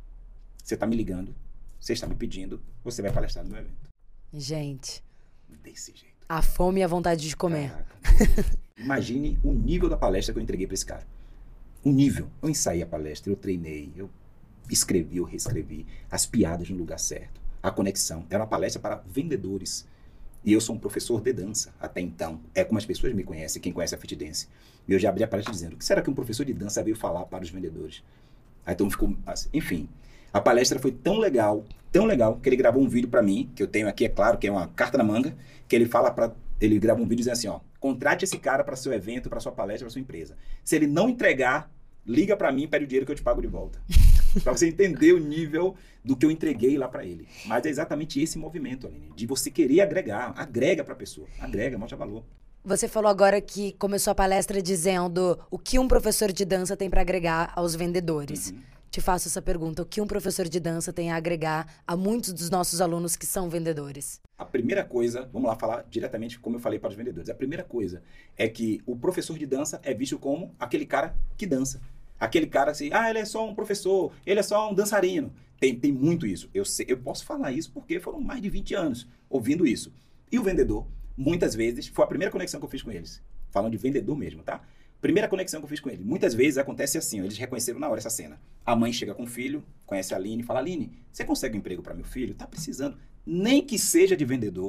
Você tá me ligando, você está me pedindo, você vai palestrar no meu evento. Gente. Desse jeito. A fome e a vontade de comer. Caraca. Imagine o nível da palestra que eu entreguei para esse cara. O nível. Eu ensaiei a palestra, eu treinei, eu escrevi, eu reescrevi. As piadas no lugar certo. A conexão. Era uma palestra para vendedores. E eu sou um professor de dança até então. É como as pessoas me conhecem, quem conhece a Fit Dance. E eu já abri a palestra dizendo, o que será que um professor de dança veio falar para os vendedores? Aí então ficou assim, enfim... A palestra foi tão legal, tão legal, que ele gravou um vídeo pra mim, que eu tenho aqui, é claro, que é uma carta na manga, que ele fala para ele grava um vídeo dizendo assim, ó, contrate esse cara para seu evento, para sua palestra, para sua empresa. Se ele não entregar, liga pra mim e pede o dinheiro que eu te pago de volta. Pra você entender o nível do que eu entreguei lá pra ele. Mas é exatamente esse movimento, Aline, de você querer agregar, agrega pra pessoa, agrega, mostra valor. Você falou agora que começou a palestra dizendo o que um professor de dança tem para agregar aos vendedores. Uhum. Te faço essa pergunta, o que um professor de dança tem a agregar a muitos dos nossos alunos que são vendedores? A primeira coisa, vamos lá falar diretamente como eu falei para os vendedores, a primeira coisa é que o professor de dança é visto como aquele cara que dança. Aquele cara assim, ah, ele é só um professor, ele é só um dançarino. Tem, tem muito isso. Eu, sei, eu posso falar isso porque foram mais de vinte anos ouvindo isso. E o vendedor, muitas vezes, foi a primeira conexão que eu fiz com eles. Falando de vendedor mesmo, tá? Primeira conexão que eu fiz com ele. Muitas vezes acontece assim, ó, eles reconheceram na hora essa cena. A mãe chega com o filho, conhece a Aline e fala, Aline, você consegue um emprego para meu filho? Tá precisando. Nem que seja de vendedor.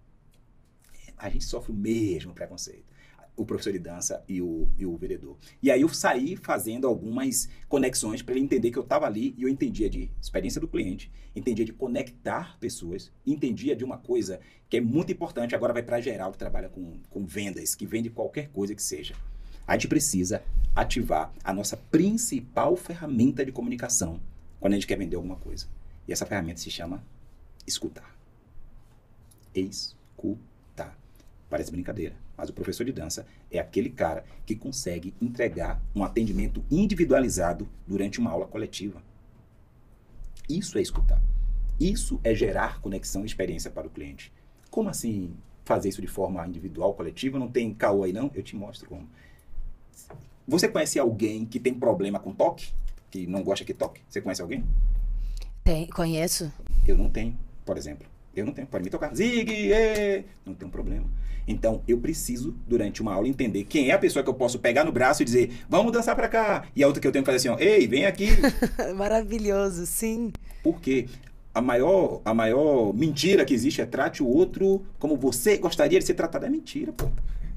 A gente sofre o mesmo preconceito. O professor de dança e o, e o vendedor. E aí eu saí fazendo algumas conexões para ele entender que eu estava ali e eu entendia de experiência do cliente, entendia de conectar pessoas, entendia de uma coisa que é muito importante, agora vai para geral que trabalha com, com vendas, que vende qualquer coisa que seja. A gente precisa ativar a nossa principal ferramenta de comunicação quando a gente quer vender alguma coisa. E essa ferramenta se chama escutar. Escutar. Parece brincadeira, mas o professor de dança é aquele cara que consegue entregar um atendimento individualizado durante uma aula coletiva. Isso é escutar. Isso é gerar conexão e experiência para o cliente. Como assim fazer isso de forma individual, coletiva? Não tem caô aí não? Eu te mostro como. Você conhece alguém que tem problema com toque? Que não gosta que toque? Você conhece alguém? Tem, conheço. Eu não tenho, por exemplo. Eu não tenho. Pode me tocar. Zig, ê! Não tem um problema. Então, eu preciso, durante uma aula, entender quem é a pessoa que eu posso pegar no braço e dizer, vamos dançar pra cá. E a outra que eu tenho que fazer assim, ó, ei, vem aqui. Maravilhoso, sim. Por quê? A maior, a maior mentira que existe é trate o outro como você gostaria de ser tratado. É mentira, pô.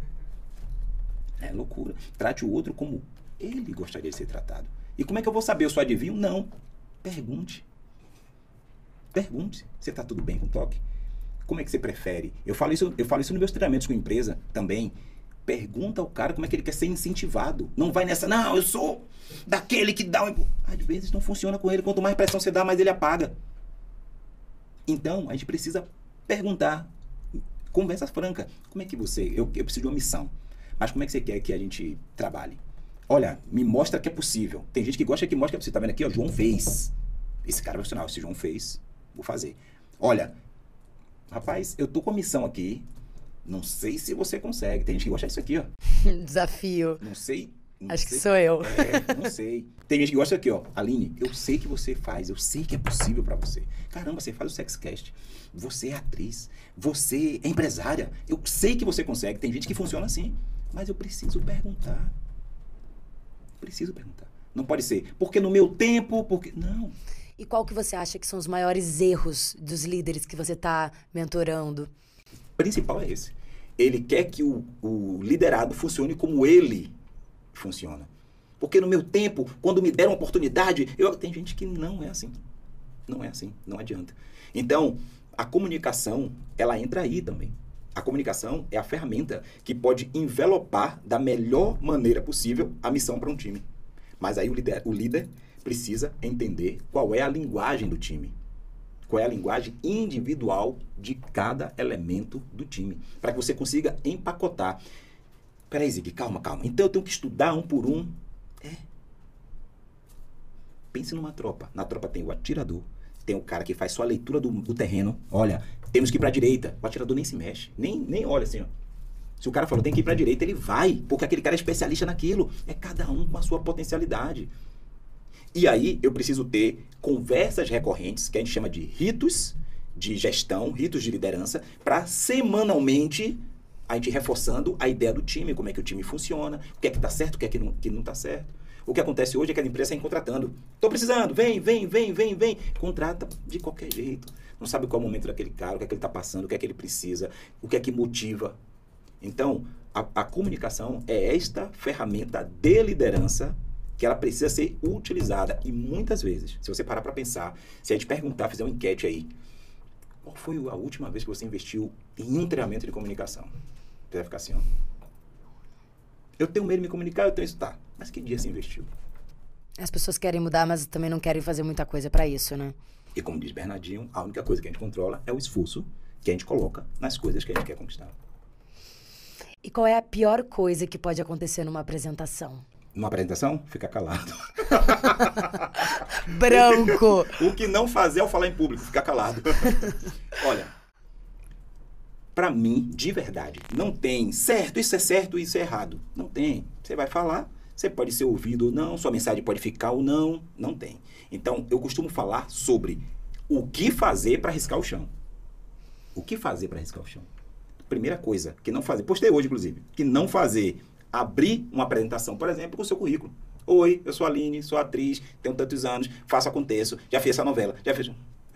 É loucura. Trate o outro como ele gostaria de ser tratado. E como é que eu vou saber? Eu sou adivinho? Não. Pergunte. Pergunte. Você está tudo bem com o toque? Como é que você prefere? Eu falo isso, eu falo isso nos meus treinamentos com empresa também. Pergunta ao cara como é que ele quer ser incentivado. Não vai nessa, não, eu sou daquele que dá um... Às vezes não funciona com ele. Quanto mais pressão você dá, mais ele apaga. Então, a gente precisa perguntar. Conversa franca. Como é que você... Eu, eu preciso de uma missão. Mas como é que você quer que a gente trabalhe? Olha, me mostra que é possível. Tem gente que gosta que mostra que é possível. Tá vendo aqui? Ó, João fez. Esse cara é profissional. Esse João fez. Vou fazer. Olha, rapaz, eu tô com a missão aqui. Não sei se você consegue. Tem gente que gosta disso aqui, ó. Desafio. Não sei. Não Acho sei. que sou eu. É, não sei. Tem gente que gosta aqui, ó. Aline, eu sei que você faz. Eu sei que é possível pra você. Caramba, você faz o SexCast. Você é atriz. Você é empresária. Eu sei que você consegue. Tem gente que funciona assim. Mas eu preciso perguntar. Preciso perguntar. Não pode ser, porque no meu tempo, porque... Não. E qual que você acha que são os maiores erros dos líderes que você está mentorando? O principal é esse. Ele quer que o, o liderado funcione como ele funciona. Porque no meu tempo, quando me deram oportunidade, eu... tem gente que não é assim. Não é assim, não adianta. Então, a comunicação, ela entra aí também. A comunicação é a ferramenta que pode envelopar da melhor maneira possível a missão para um time. Mas aí o líder, o líder precisa entender qual é a linguagem do time. Qual é a linguagem individual de cada elemento do time. Para que você consiga empacotar. Peraí, Zig, calma, calma. Então eu tenho que estudar um por um. É. Pense numa tropa. Na tropa tem o atirador. Tem o cara que faz só a leitura do, do terreno. Olha, temos que ir para a direita. O atirador nem se mexe. Nem, nem olha assim, ó. Se o cara falou tem que ir para a direita, ele vai. Porque aquele cara é especialista naquilo. É cada um com a sua potencialidade. E aí eu preciso ter conversas recorrentes, que a gente chama de ritos de gestão, ritos de liderança, para semanalmente a gente reforçando a ideia do time, como é que o time funciona, o que é que está certo, o que é que não, que não está certo. O que acontece hoje é que a empresa está contratando. Estou precisando, vem, vem, vem, vem, vem. Contrata de qualquer jeito. Não sabe qual é o momento daquele cara, o que é que ele está passando, o que é que ele precisa, o que é que motiva. Então, a, a comunicação é esta ferramenta de liderança que ela precisa ser utilizada. E muitas vezes, se você parar para pensar, se a gente perguntar, fizer uma enquete aí, qual foi a última vez que você investiu em um treinamento de comunicação? Você vai ficar assim, ó. Eu tenho medo de me comunicar, eu tenho isso, tá. Mas que dia você investiu? As pessoas querem mudar, mas também não querem fazer muita coisa para isso, né? E como diz Bernardinho, a única coisa que a gente controla é o esforço que a gente coloca nas coisas que a gente quer conquistar. E qual é a pior coisa que pode acontecer numa apresentação? Numa apresentação, ficar calado. Branco! O que não fazer ao falar em público, ficar calado. Olha, pra mim, de verdade, não tem certo, isso é certo, isso é errado. Não tem. Você vai falar, você pode ser ouvido ou não, sua mensagem pode ficar ou não, não tem. Então, eu costumo falar sobre o que fazer para riscar o chão. O que fazer para riscar o chão? Primeira coisa, que não fazer, postei hoje, inclusive, que não fazer, abrir uma apresentação, por exemplo, com o seu currículo. Oi, eu sou a Aline, sou atriz, tenho tantos anos, faço, aconteço, já fiz essa novela, já fiz...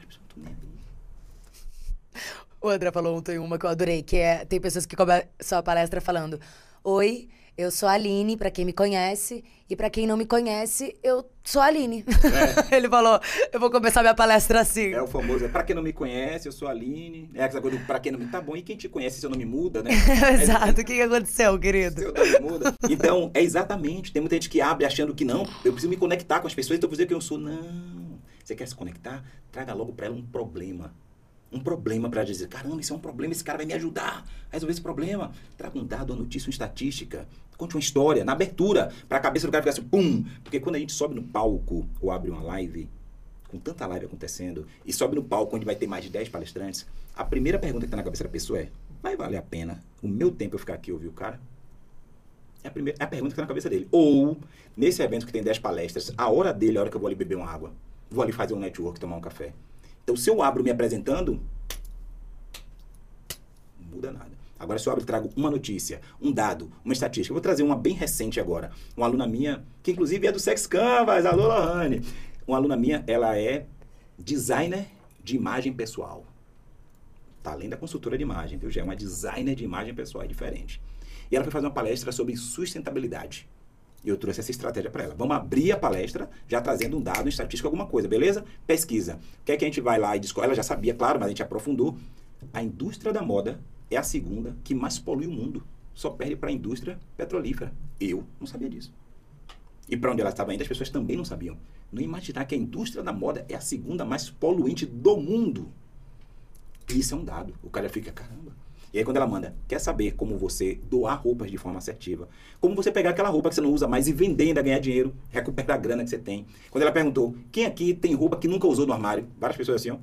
O André falou ontem uma que eu adorei, que é, tem pessoas que começam a palestra falando, oi, eu sou a Aline, pra quem me conhece, e pra quem não me conhece, eu sou a Aline. É. Ele falou, eu vou começar minha palestra assim. É o famoso, pra quem não me conhece, eu sou a Aline. É aquela coisa do pra quem não me... Tá bom, e quem te conhece, seu nome muda, né? Exato, o que, que aconteceu, querido? Seu nome muda. Então, é exatamente, tem muita gente que abre achando que não, eu preciso me conectar com as pessoas, então eu vou dizer que eu sou. Não. Você quer se conectar? Traga logo pra ela um problema. Um problema para dizer, caramba, isso é um problema, esse cara vai me ajudar a resolver esse problema. Traga um dado, uma notícia, uma estatística. Conte uma história, na abertura, para a cabeça do cara ficar assim, pum. Porque quando a gente sobe no palco ou abre uma live, com tanta live acontecendo, e sobe no palco onde vai ter mais de dez palestrantes, a primeira pergunta que está na cabeça da pessoa é, vai valer a pena o meu tempo eu ficar aqui e ouvir o cara? É a, primeira, é a pergunta que está na cabeça dele. Ou, nesse evento que tem dez palestras, a hora dele é a hora que eu vou ali beber uma água. Vou ali fazer um network, tomar um café. Então, se eu abro me apresentando, não muda nada. Agora, se eu abro e trago uma notícia, um dado, uma estatística. Eu vou trazer uma bem recente agora. Uma aluna minha, que inclusive é do Sex Canvas, alô, Lohane. Uma aluna minha, ela é designer de imagem pessoal. Tá além da consultora de imagem, viu? Já é uma designer de imagem pessoal, é diferente. E ela foi fazer uma palestra sobre sustentabilidade. E eu trouxe essa estratégia para ela. Vamos abrir a palestra, já trazendo um dado, uma estatística, alguma coisa, beleza? Pesquisa. O que é que a gente vai lá e descobre? Ela já sabia, claro, mas a gente aprofundou. A indústria da moda é a segunda que mais polui o mundo. Só perde para a indústria petrolífera. Eu não sabia disso. E para onde ela estava indo, as pessoas também não sabiam. Não imaginar que a indústria da moda é a segunda mais poluente do mundo. E isso é um dado. O cara fica, caramba. E aí quando ela manda, quer saber como você doar roupas de forma assertiva? Como você pegar aquela roupa que você não usa mais e vender ainda ganhar dinheiro, recuperar a grana que você tem. Quando ela perguntou, quem aqui tem roupa que nunca usou no armário? Várias pessoas assim, ó.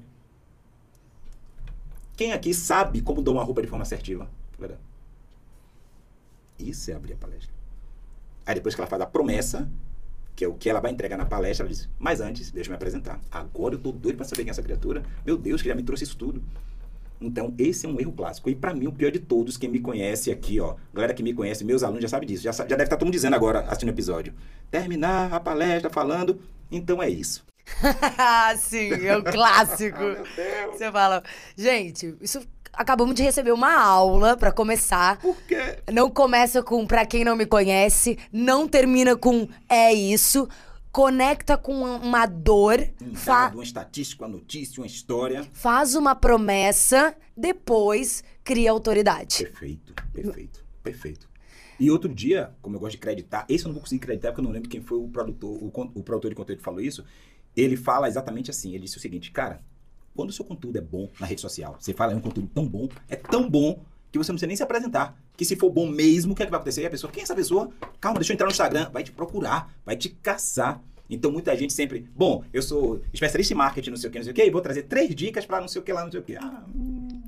Quem aqui sabe como doar uma roupa de forma assertiva? Verdade. Isso é abrir a palestra. Aí depois que ela faz a promessa, que é o que ela vai entregar na palestra, ela diz, mas antes, deixa eu me apresentar. Agora eu tô doido para saber quem é essa criatura. Meu Deus, que já me trouxe isso tudo. Então, esse é um erro clássico. E para mim, o pior de todos, quem me conhece aqui, ó, galera que me conhece, meus alunos já sabem disso. Já, já deve estar todo mundo dizendo agora, assistindo o episódio. Terminar a palestra falando, então é isso. Sim, é o clássico. Ah, meu Deus. Você fala, gente, isso acabamos de receber uma aula pra começar. Por quê? Não começa com pra quem não me conhece, não termina com é isso, conecta com uma dor, Um fa- dado, uma estatística, uma notícia, uma história. faz uma promessa, depois cria autoridade. Perfeito, perfeito, perfeito. E outro dia, como eu gosto de acreditar, esse eu não vou conseguir acreditar porque eu não lembro quem foi o produtor, o, con- o produtor de conteúdo que falou isso. Ele fala exatamente assim, ele disse o seguinte, cara, quando o seu conteúdo é bom na rede social, você fala, é um conteúdo tão bom, é tão bom, que você não precisa nem se apresentar. Que se for bom mesmo, o que é que vai acontecer? E a pessoa, quem é essa pessoa? Calma, deixa eu entrar no Instagram. Vai te procurar, vai te caçar. Então muita gente sempre, bom, eu sou especialista em marketing, não sei o que, não sei o que, e vou trazer três dicas pra não sei o que lá, não sei o que. Ah, hum.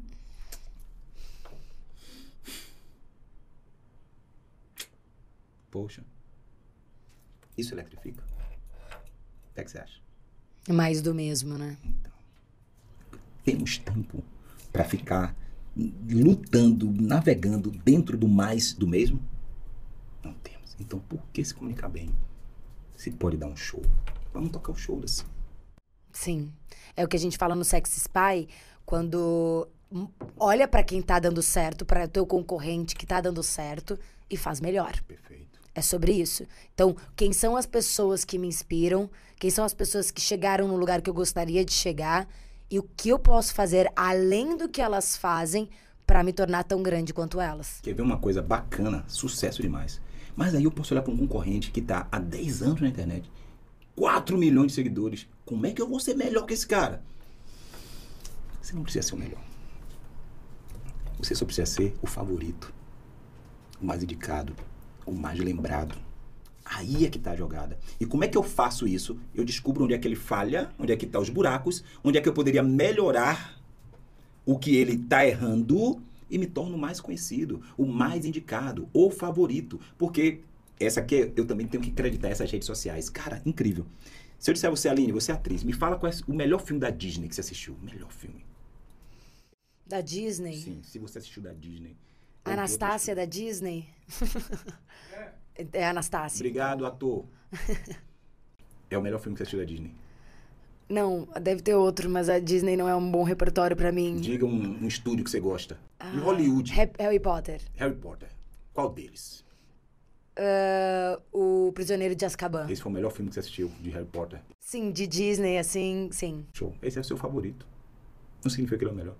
Poxa, isso eletrifica? O que é que você acha? Mais do mesmo, né? Temos tempo para ficar lutando, navegando dentro do mais do mesmo? Não temos. Então, por que se comunicar bem? Se pode dar um show. Vamos tocar o show assim. Sim. É o que a gente fala no Sexy Spy, quando olha pra quem tá dando certo, pra teu concorrente que tá dando certo e faz melhor. Perfeito. É sobre isso. Então, quem são as pessoas que me inspiram? Quem são as pessoas que chegaram no lugar que eu gostaria de chegar? E o que eu posso fazer além do que elas fazem pra me tornar tão grande quanto elas? Quer ver uma coisa bacana? Sucesso demais. Mas aí eu posso olhar para um concorrente que tá há dez anos na internet, quatro milhões de seguidores. Como é que eu vou ser melhor que esse cara? Você não precisa ser o melhor. Você só precisa ser o favorito, o mais indicado, o mais lembrado. Aí é que tá a jogada. E como é que eu faço isso? Eu descubro onde é que ele falha, onde é que tá os buracos, onde é que eu poderia melhorar o que ele tá errando e me torno mais conhecido, o mais indicado, o favorito. Porque essa aqui eu também tenho que acreditar essas redes sociais. Cara, incrível. Se eu disser a você, Aline, você é atriz, me fala qual é o melhor filme da Disney que você assistiu. O melhor filme. Da Disney? Sim, se você assistiu da Disney. A Anastácia da Disney? É a Anastácia. Obrigado, ator. É o melhor filme que você assistiu da Disney. Não, deve ter outro, mas a Disney não é um bom repertório pra mim. Diga um, um estúdio que você gosta. Ah, em Hollywood. Harry, Harry Potter. Harry Potter. Qual deles? Uh, o Prisioneiro de Azkaban. Esse foi o melhor filme que você assistiu de Harry Potter. Sim, de Disney, assim, sim. Show. Esse é o seu favorito. Não significa que ele é o melhor.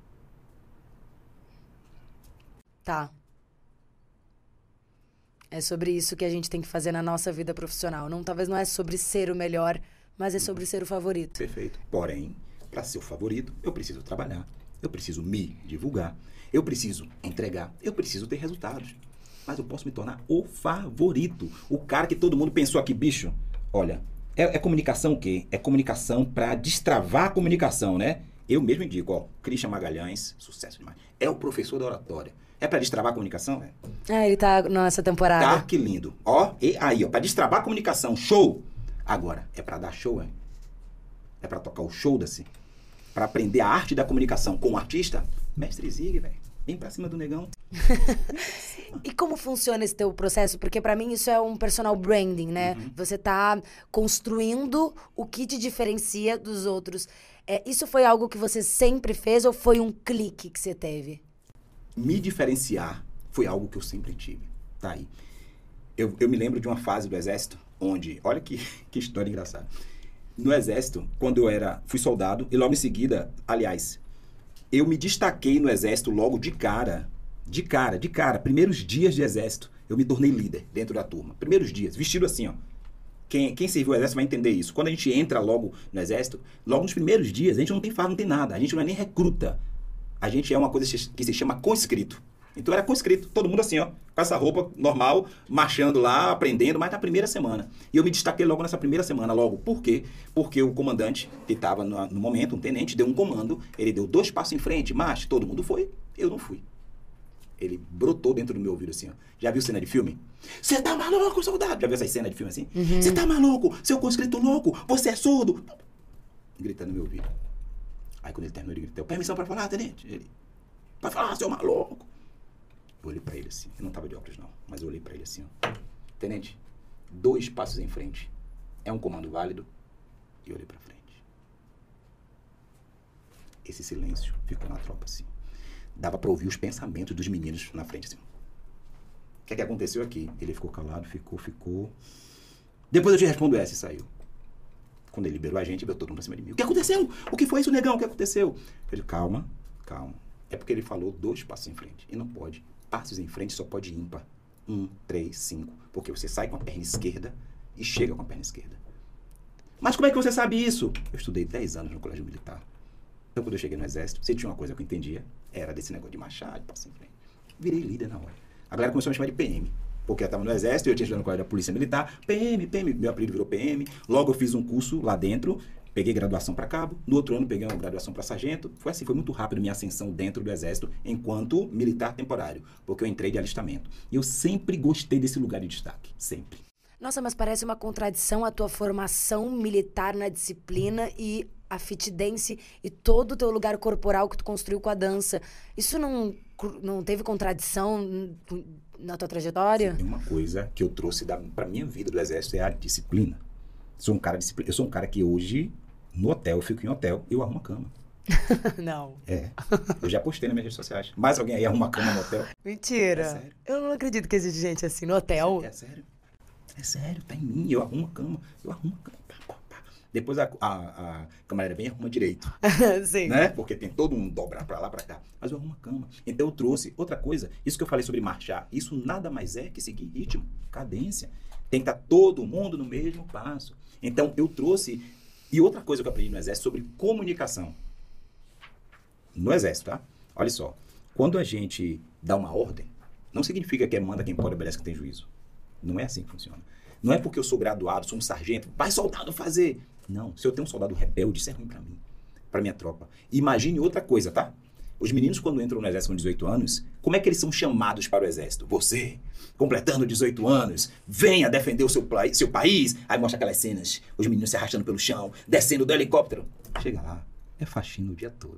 Tá. É sobre isso que a gente tem que fazer na nossa vida profissional. Não, talvez não é sobre ser o melhor, mas é sobre ser o favorito. Perfeito. Porém, para ser o favorito, eu preciso trabalhar. Eu preciso me divulgar. Eu preciso entregar. Eu preciso ter resultados. Mas eu posso me tornar o favorito. O cara que todo mundo pensou aqui, bicho. Olha, é, é comunicação o quê? É comunicação para destravar a comunicação, né? Eu mesmo indico, ó, Christian Magalhães, sucesso demais. É o professor da oratória. É para destravar a comunicação, velho? Ah, ele tá nessa temporada. Tá, que lindo. Ó, e aí, ó, para destravar a comunicação, show. Agora, é para dar show, é? É para tocar o show desse? Para aprender a arte da comunicação com o artista? Mestre Zig, velho. Vem pra cima do negão. E como funciona esse teu processo? Porque pra mim isso é um personal branding, né? Uhum. Você tá construindo o que te diferencia dos outros. É, isso foi algo que você sempre fez ou foi um clique que você teve? Me diferenciar foi algo que eu sempre tive. Tá aí. Eu, eu me lembro de uma fase do Exército onde... Olha que, que história engraçada. No Exército, quando eu era... Fui soldado e logo em seguida... Aliás, Eu me destaquei no Exército logo de cara. De cara, de cara. Primeiros dias de Exército, eu me tornei líder dentro da turma. Primeiros dias, vestido assim, ó. Quem, quem serviu o Exército vai entender isso. Quando a gente entra logo no Exército, logo nos primeiros dias, a gente não tem farda, não tem nada. A gente não é nem recruta. A gente é uma coisa que se chama conscrito. Então era conscrito, todo mundo assim, ó, com essa roupa normal, marchando lá, aprendendo, mas na primeira semana. E eu me destaquei logo nessa primeira semana, logo. Por quê? Porque o comandante, que estava no, no momento, um tenente, deu um comando, ele deu dois passos em frente, marcha, todo mundo foi, eu não fui. Ele brotou dentro do meu ouvido assim, ó. Já viu cena de filme? Você tá maluco, soldado? Já viu essas cenas de filme assim? Você uhum. tá maluco? Seu conscrito louco? Você é surdo? Gritando no meu ouvido. Aí quando ele terminou, ele gritou, permissão pra falar, tenente? Ele, pra falar, seu maluco. Eu olhei pra ele assim, eu não tava de óculos não, mas eu olhei pra ele assim, ó. Tenente, dois passos em frente. É um comando válido? E eu olhei pra frente. Esse silêncio ficou na tropa assim. Dava pra ouvir os pensamentos dos meninos na frente assim. O que é que aconteceu aqui? Ele ficou calado, ficou, ficou. Depois eu te respondo essa e saiu. Quando ele liberou a gente, veio todo mundo pra cima de mim. O que aconteceu? O que foi isso, negão? O que aconteceu? Eu falei, calma, calma. É porque ele falou dois passos em frente. E não pode. Passos em frente só pode ímpar. Um, três, cinco. Porque você sai com a perna esquerda e chega com a perna esquerda. Mas como é que você sabe isso? Eu estudei dez anos no colégio militar. Então, quando eu cheguei no Exército, se tinha uma coisa que eu entendia, era desse negócio de marchar, de passar em frente. Virei líder na hora. A galera começou a me chamar de P M. Porque eu estava no Exército, eu tinha estudado no colégio da Polícia Militar. P M, P M, meu apelido virou P M. Logo eu fiz um curso lá dentro, peguei graduação para cabo. No outro ano peguei uma graduação para sargento. Foi assim, foi muito rápido minha ascensão dentro do Exército enquanto militar temporário. Porque eu entrei de alistamento. E eu sempre gostei desse lugar de destaque, sempre. Nossa, mas parece uma contradição a tua formação militar na disciplina e a fit dance e todo o teu lugar corporal que tu construiu com a dança. Isso não, não teve contradição na tua trajetória? Tem uma coisa que eu trouxe da, pra minha vida do Exército, é a disciplina. Sou um cara disciplina. Eu sou um cara que hoje, no hotel, eu fico em hotel, eu arrumo a cama. Não. É. Eu já postei nas minhas redes sociais. Mais alguém aí arruma a cama no hotel? Mentira. É sério. Eu não acredito que existe gente assim no hotel. É sério. É sério, tá em mim. Eu arrumo a cama. Eu arrumo a cama. Pá, pá, pá. Depois a, a, a camarada vem e arruma direito. Sim. Né? Porque tem todo um dobrar pra lá, pra cá. Mas eu arrumo a cama. Então eu trouxe outra coisa. Isso que eu falei sobre marchar. Isso nada mais é que seguir ritmo, cadência. Tem que estar todo mundo no mesmo passo. Então eu trouxe... E outra coisa que eu aprendi no Exército sobre comunicação. No Exército, tá? Olha só. Quando a gente dá uma ordem, não significa que é manda quem pode, obedece quem tem juízo. Não é assim que funciona. Não é porque eu sou graduado, sou um sargento, vai soldado fazer. Não, se eu tenho um soldado rebelde, isso é ruim pra mim, pra minha tropa. Imagine outra coisa, tá? Os meninos, quando entram no Exército com dezoito anos, como é que eles são chamados para o Exército? Você, completando dezoito anos, venha defender o seu, seu país. Aí mostra aquelas cenas, os meninos se arrastando pelo chão, descendo do helicóptero. Chega lá, é faxina o dia todo.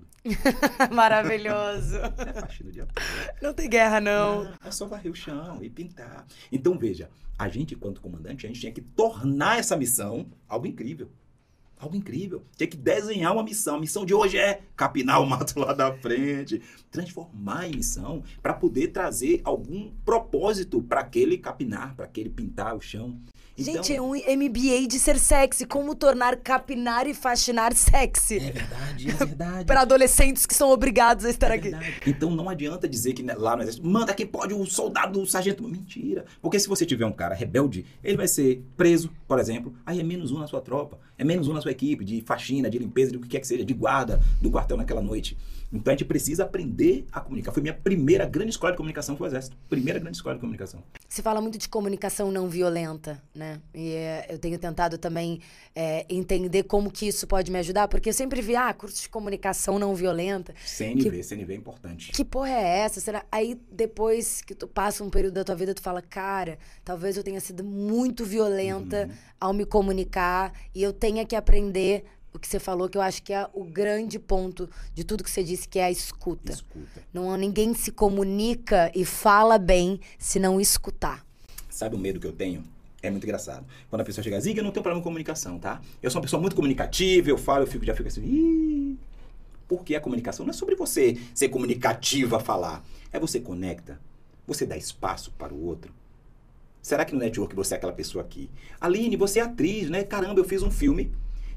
Maravilhoso. É faxina o dia todo. Não tem guerra, não. não. É só varrer o chão e pintar. Então, veja, a gente, enquanto comandante, a gente tinha que tornar essa missão algo incrível. Algo incrível. Tinha que desenhar uma missão. A missão de hoje é capinar o mato lá da frente. Transformar em missão para poder trazer algum propósito para aquele capinar, para aquele pintar o chão. Então, gente, é um M B A de ser sexy. Como tornar capinar e faxinar sexy. É verdade, é verdade. Para adolescentes que são obrigados a estar é aqui. Verdade. Então não adianta dizer que lá no Exército, manda quem pode o soldado, o sargento. Mentira. Porque se você tiver um cara rebelde, ele vai ser preso, por exemplo. Aí é menos um na sua tropa. É menos um na sua equipe de faxina, de limpeza, de o que quer que seja, de guarda do quartel naquela noite. Então a gente precisa aprender a comunicar. Foi minha primeira grande escola de comunicação, foi o Exército. Primeira grande escola de comunicação. Se fala muito de comunicação não violenta, né? E é, eu tenho tentado também é, entender como que isso pode me ajudar, porque eu sempre vi, ah, curso de comunicação não violenta. C N V, que, C N V é importante. Que porra é essa? Será? Aí depois que tu passa um período da tua vida, tu fala, cara, talvez eu tenha sido muito violenta uhum. ao me comunicar e eu tenha que aprender o que você falou, que eu acho que é o grande ponto de tudo que você disse, que é a escuta. Escuta. Não, ninguém se comunica e fala bem se não escutar. Sabe o medo que eu tenho? É muito engraçado. Quando a pessoa chega, Ziga, eu não tenho problema com comunicação, tá? Eu sou uma pessoa muito comunicativa, eu falo, eu fico, já fico assim, ih. Porque a comunicação não é sobre você ser comunicativa a falar. É você conecta, você dá espaço para o outro. Será que no network você é aquela pessoa aqui? Aline, você é atriz, né? Caramba, eu fiz um filme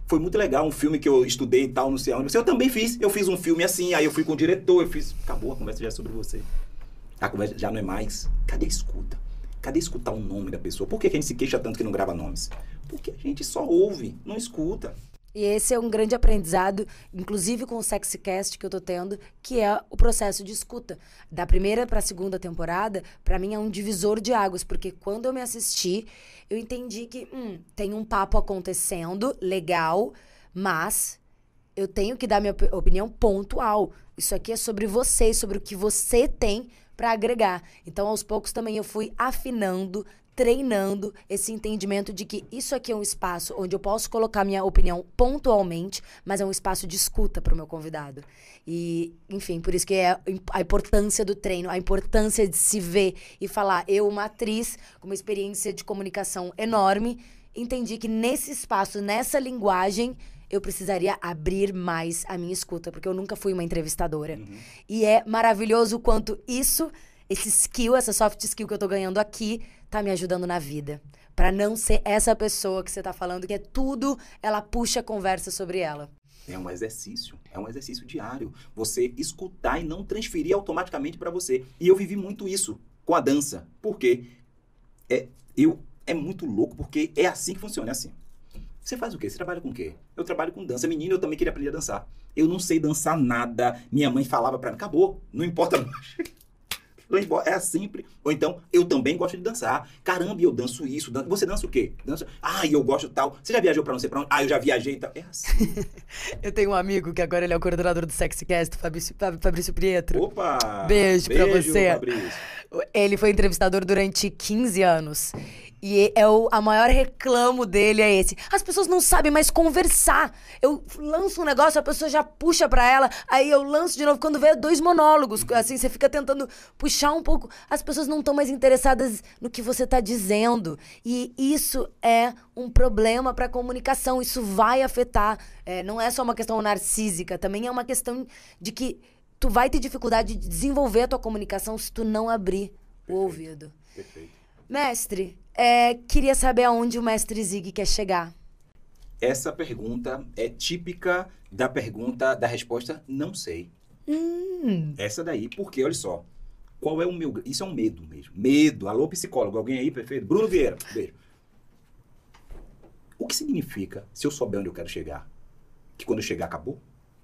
foi muito legal, um filme que eu estudei e tal, não sei onde. Eu também fiz. Eu fiz um filme assim, aí eu fui com o diretor, eu fiz... Acabou, a conversa já é sobre você. A conversa já não é mais. Cadê a escuta? Cadê escutar o nome da pessoa? Por que a gente se queixa tanto que não grava nomes? Porque a gente só ouve, não escuta. E esse é um grande aprendizado, inclusive com o SexyCast que eu tô tendo, que é o processo de escuta. Da primeira pra segunda temporada, pra mim é um divisor de águas, porque quando eu me assisti, eu entendi que hum, tem um papo acontecendo, legal, mas eu tenho que dar minha op- opinião pontual. Isso aqui é sobre você, sobre o que você tem pra agregar. Então, aos poucos também eu fui afinando, treinando esse entendimento de que isso aqui é um espaço onde eu posso colocar minha opinião pontualmente, mas é um espaço de escuta para o meu convidado. E, enfim, por isso que é a importância do treino, a importância de se ver e falar. Eu, uma atriz com uma experiência de comunicação enorme, entendi que nesse espaço, nessa linguagem, eu precisaria abrir mais a minha escuta, porque eu nunca fui uma entrevistadora. Uhum. E é maravilhoso o quanto isso, esse skill, essa soft skill que eu tô ganhando aqui, tá me ajudando na vida. Pra não ser essa pessoa que você tá falando, que é tudo, ela puxa a conversa sobre ela. É um exercício, é um exercício diário. Você escutar e não transferir automaticamente pra você. E eu vivi muito isso com a dança. Por quê? É, eu, é muito louco, porque é assim que funciona, é assim. Você faz o quê? Você trabalha com o quê? Eu trabalho com dança. Menino, eu também queria aprender a dançar. Eu não sei dançar nada. Minha mãe falava pra mim, acabou, não importa mais. É simples. Ou então, eu também gosto de dançar. Caramba, eu danço isso. Dan... Você dança o quê? Dança... Ah, eu gosto tal. Você já viajou pra não sei pra onde? Ah, eu já viajei e tal. É assim. Eu tenho um amigo que agora ele é o coordenador do SexyCast, Fabrício, Fabrício Pietro. Opa! Beijo, Beijo pra você. Fabrício. Ele foi entrevistador durante quinze anos. E é o a maior reclamo dele é esse. As pessoas não sabem mais conversar. Eu lanço um negócio, a pessoa já puxa pra ela, aí eu lanço de novo. Quando vê dois monólogos, assim, você fica tentando puxar um pouco. As pessoas não estão mais interessadas no que você tá dizendo. E isso é um problema pra comunicação. Isso vai afetar. É, não é só uma questão narcísica, também é uma questão de que tu vai ter dificuldade de desenvolver a tua comunicação se tu não abrir Perfeito. o ouvido. Perfeito. Mestre, é, queria saber aonde o mestre Zig quer chegar. Essa pergunta é típica da pergunta, da resposta, não sei. Hum. Essa daí, porque, olha só, qual é o meu... Isso é um medo mesmo. Medo. Alô, psicólogo, alguém aí, perfeito? Bruno Vieira, beijo. O que significa, se eu souber onde eu quero chegar, que quando eu chegar, acabou?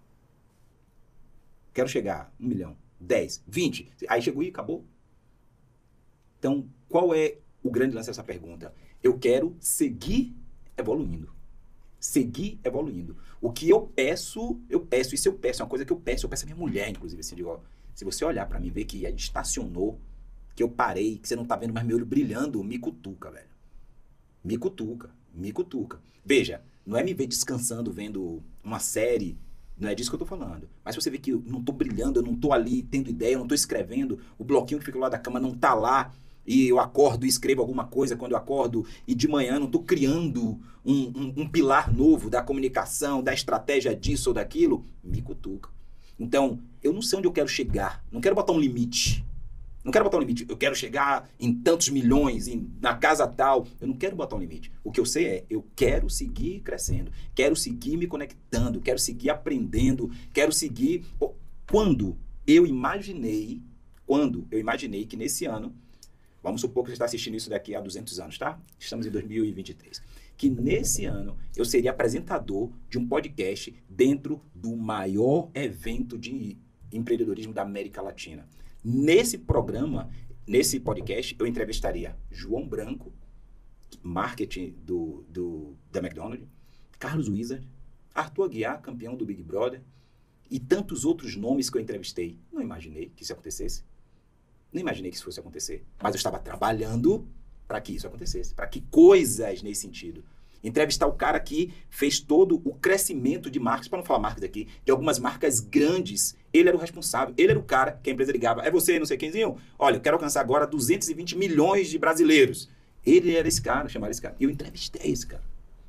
Quero chegar um milhão, dez, vinte, aí chegou e acabou? Então, qual é o grande lance dessa pergunta? Eu quero seguir evoluindo. Seguir evoluindo. O que eu peço, eu peço. Isso eu peço, é uma coisa que eu peço. Eu peço a minha mulher, inclusive, assim, digo, ó, se você olhar pra mim, ver que estacionou, que eu parei, que você não tá vendo mais meu olho brilhando, me cutuca, velho. Me cutuca, me cutuca. Veja, não é me ver descansando, vendo uma série, não é disso que eu tô falando. Mas se você vê que eu não tô brilhando, eu não tô ali tendo ideia, eu não tô escrevendo, o bloquinho que fica lá da cama não tá lá, e eu acordo e escrevo alguma coisa quando eu acordo, e de manhã não estou criando um, um, um pilar novo da comunicação, da estratégia disso ou daquilo, me cutuca. Então, eu não sei onde eu quero chegar, não quero botar um limite. Não quero botar um limite, eu quero chegar em tantos milhões, em, na casa tal, eu não quero botar um limite. O que eu sei é, eu quero seguir crescendo, quero seguir me conectando, quero seguir aprendendo, quero seguir... Pô, quando eu imaginei, quando eu imaginei que nesse ano, vamos supor que você está assistindo isso daqui a duzentos anos, tá? Estamos em dois mil e vinte e três. Que nesse ano eu seria apresentador de um podcast dentro do maior evento de empreendedorismo da América Latina. Nesse programa, nesse podcast, eu entrevistaria João Branco, marketing do, do, da McDonald's, Carlos Wizard, Arthur Aguiar, campeão do Big Brother, e tantos outros nomes que eu entrevistei. Não imaginei que isso acontecesse. Não imaginei que isso fosse acontecer. Mas eu estava trabalhando para que isso acontecesse. Para que coisas nesse sentido. Entrevistar o cara que fez todo o crescimento de marcas, para não falar marcas aqui, de algumas marcas grandes. Ele era o responsável. Ele era o cara que a empresa ligava. É você, não sei quemzinho? Olha, eu quero alcançar agora duzentos e vinte milhões de brasileiros. Ele era esse cara, chamaram esse cara. E eu entrevistei esse cara.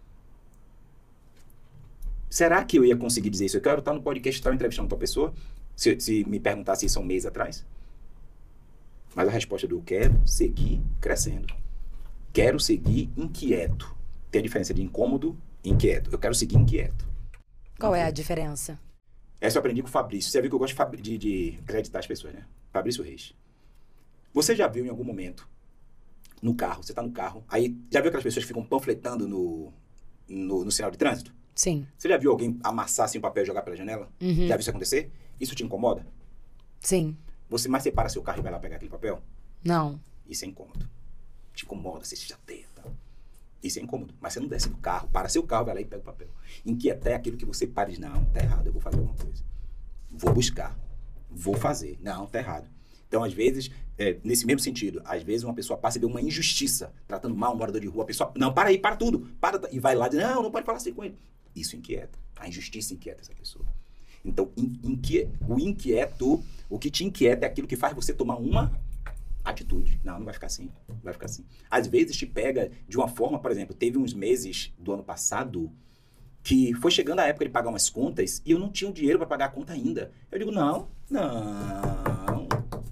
Será que eu ia conseguir dizer isso? Eu quero estar no podcast, estar entrevistando tua pessoa? Se, se me perguntasse isso há um mês atrás? Mas a resposta do eu quero seguir crescendo. Quero seguir inquieto. Tem a diferença de incômodo inquieto. Eu quero seguir inquieto. Qual é a diferença? Essa eu aprendi com o Fabrício. Você viu que eu gosto de, de, de acreditar as pessoas, né? Fabrício Reis. Você já viu em algum momento, no carro, você tá no carro, aí já viu aquelas pessoas que ficam panfletando no, no, no sinal de trânsito? Sim. Você já viu alguém amassar assim o papel e jogar pela janela? Uhum. Já viu isso acontecer? Isso te incomoda? Sim. Você mais separa seu carro e vai lá pegar aquele papel? Não. Isso é incômodo. Te incomoda, você se chateia. Tá? Isso é incômodo. Mas você não desce do carro, para seu carro, vai lá e pega o papel. Inquietar é aquilo que você para e diz, não, tá errado, eu vou fazer alguma coisa. Vou buscar. Vou fazer. Não, tá errado. Então, às vezes, é, nesse mesmo sentido, às vezes uma pessoa passa e vê uma injustiça, tratando mal um morador de rua, a pessoa, não, para aí, para tudo, para, e vai lá e diz, não, não pode falar assim com ele. Isso inquieta. A injustiça inquieta essa pessoa. Então, inquie, o inquieto, o que te inquieta é aquilo que faz você tomar uma atitude. Não, não vai ficar assim, não vai ficar assim. Às vezes te pega de uma forma, por exemplo, teve uns meses do ano passado que foi chegando a época de pagar umas contas e eu não tinha o dinheiro para pagar a conta ainda. Eu digo, não, não,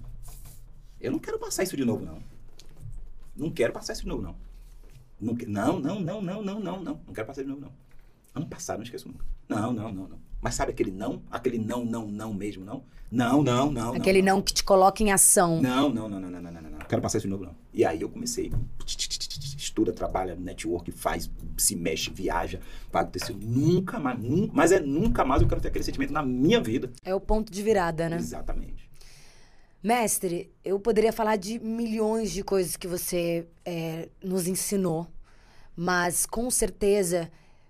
eu não quero passar isso de novo, não. Não quero passar isso de novo, não. Não, não, não, não, não, não, não, não. Não quero passar de novo, não. Ano passado, não esqueço nunca. Não, não, não, não. Mas sabe aquele não? Aquele não, não, não mesmo, não? Não, não, não. Aquele não, não que te coloca em ação. Não, não, não, não, não, não, não, não. Não quero passar isso de novo, não. E aí eu comecei. Estuda, trabalha, network, faz, se mexe, viaja, vai acontecer. Nunca mais, nunca, mas é nunca mais eu quero ter aquele sentimento na minha vida. É o ponto de virada, né? Exatamente. Mestre, eu poderia falar de milhões de coisas que você é, nos ensinou, mas com certeza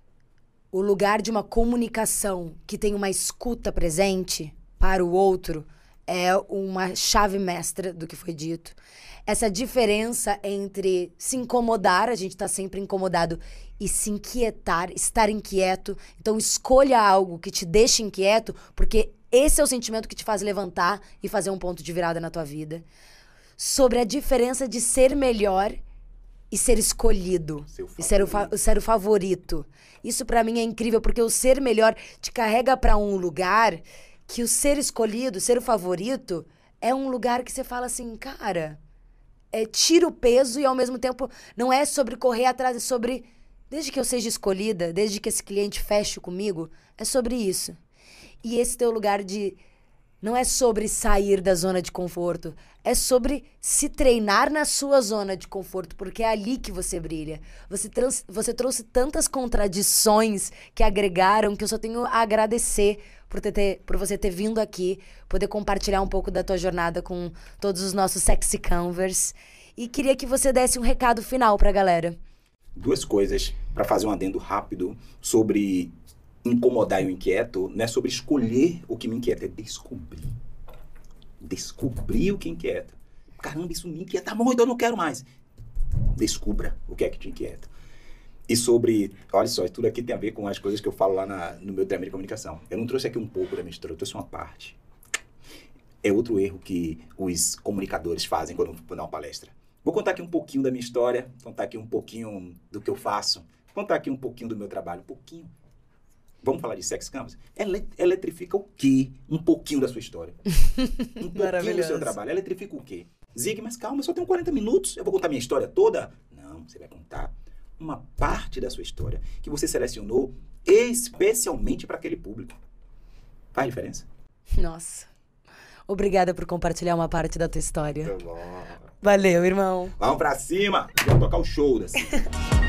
o lugar de uma comunicação que tem uma escuta presente para o outro é uma chave mestra do que foi dito. Essa diferença entre se incomodar, a gente tá sempre incomodado, e se inquietar, estar inquieto. Então escolha algo que te deixe inquieto, porque esse é o sentimento que te faz levantar e fazer um ponto de virada na tua vida. Sobre a diferença de ser melhor e ser escolhido. E ser o, fa- ser o favorito. Isso pra mim é incrível, porque o ser melhor te carrega pra um lugar que o ser escolhido, ser o favorito, é um lugar que você fala assim, cara, é, tira o peso e ao mesmo tempo não é sobre correr atrás, é sobre, desde que eu seja escolhida, desde que esse cliente feche comigo, é sobre isso. E esse teu lugar de... Não é sobre sair da zona de conforto. É sobre se treinar na sua zona de conforto, porque é ali que você brilha. Você, trans, você trouxe tantas contradições que agregaram que eu só tenho a agradecer por, ter, ter, por você ter vindo aqui, poder compartilhar um pouco da tua jornada com todos os nossos Sexy Canvers. E queria que você desse um recado final pra galera. Duas coisas para fazer um adendo rápido sobre... incomodar e o inquieto não é sobre escolher o que me inquieta, é descobrir. Descobrir o que inquieta. Caramba, isso me inquieta muito, eu não quero mais. Descubra o que é que te inquieta. E sobre, olha só, tudo aqui tem a ver com as coisas que eu falo lá na, no meu treinamento de comunicação. Eu não trouxe aqui um pouco da minha história, eu trouxe uma parte. É outro erro que os comunicadores fazem quando vão dar uma palestra. Vou contar aqui um pouquinho da minha história, contar aqui um pouquinho do que eu faço, contar aqui um pouquinho do meu trabalho, um pouquinho. Vamos falar de Sexy Canvas? Ele, eletrifica o quê? Um pouquinho da sua história. Um pouquinho do seu trabalho. Eletrifica o quê? Zig, mas calma, eu só tenho quarenta minutos. Eu vou contar minha história toda? Não, você vai contar uma parte da sua história que você selecionou especialmente para aquele público. Faz diferença? Nossa. Obrigada por compartilhar uma parte da tua história. Tá bom. Valeu, irmão. Vamos pra cima. Vamos tocar o show da cima.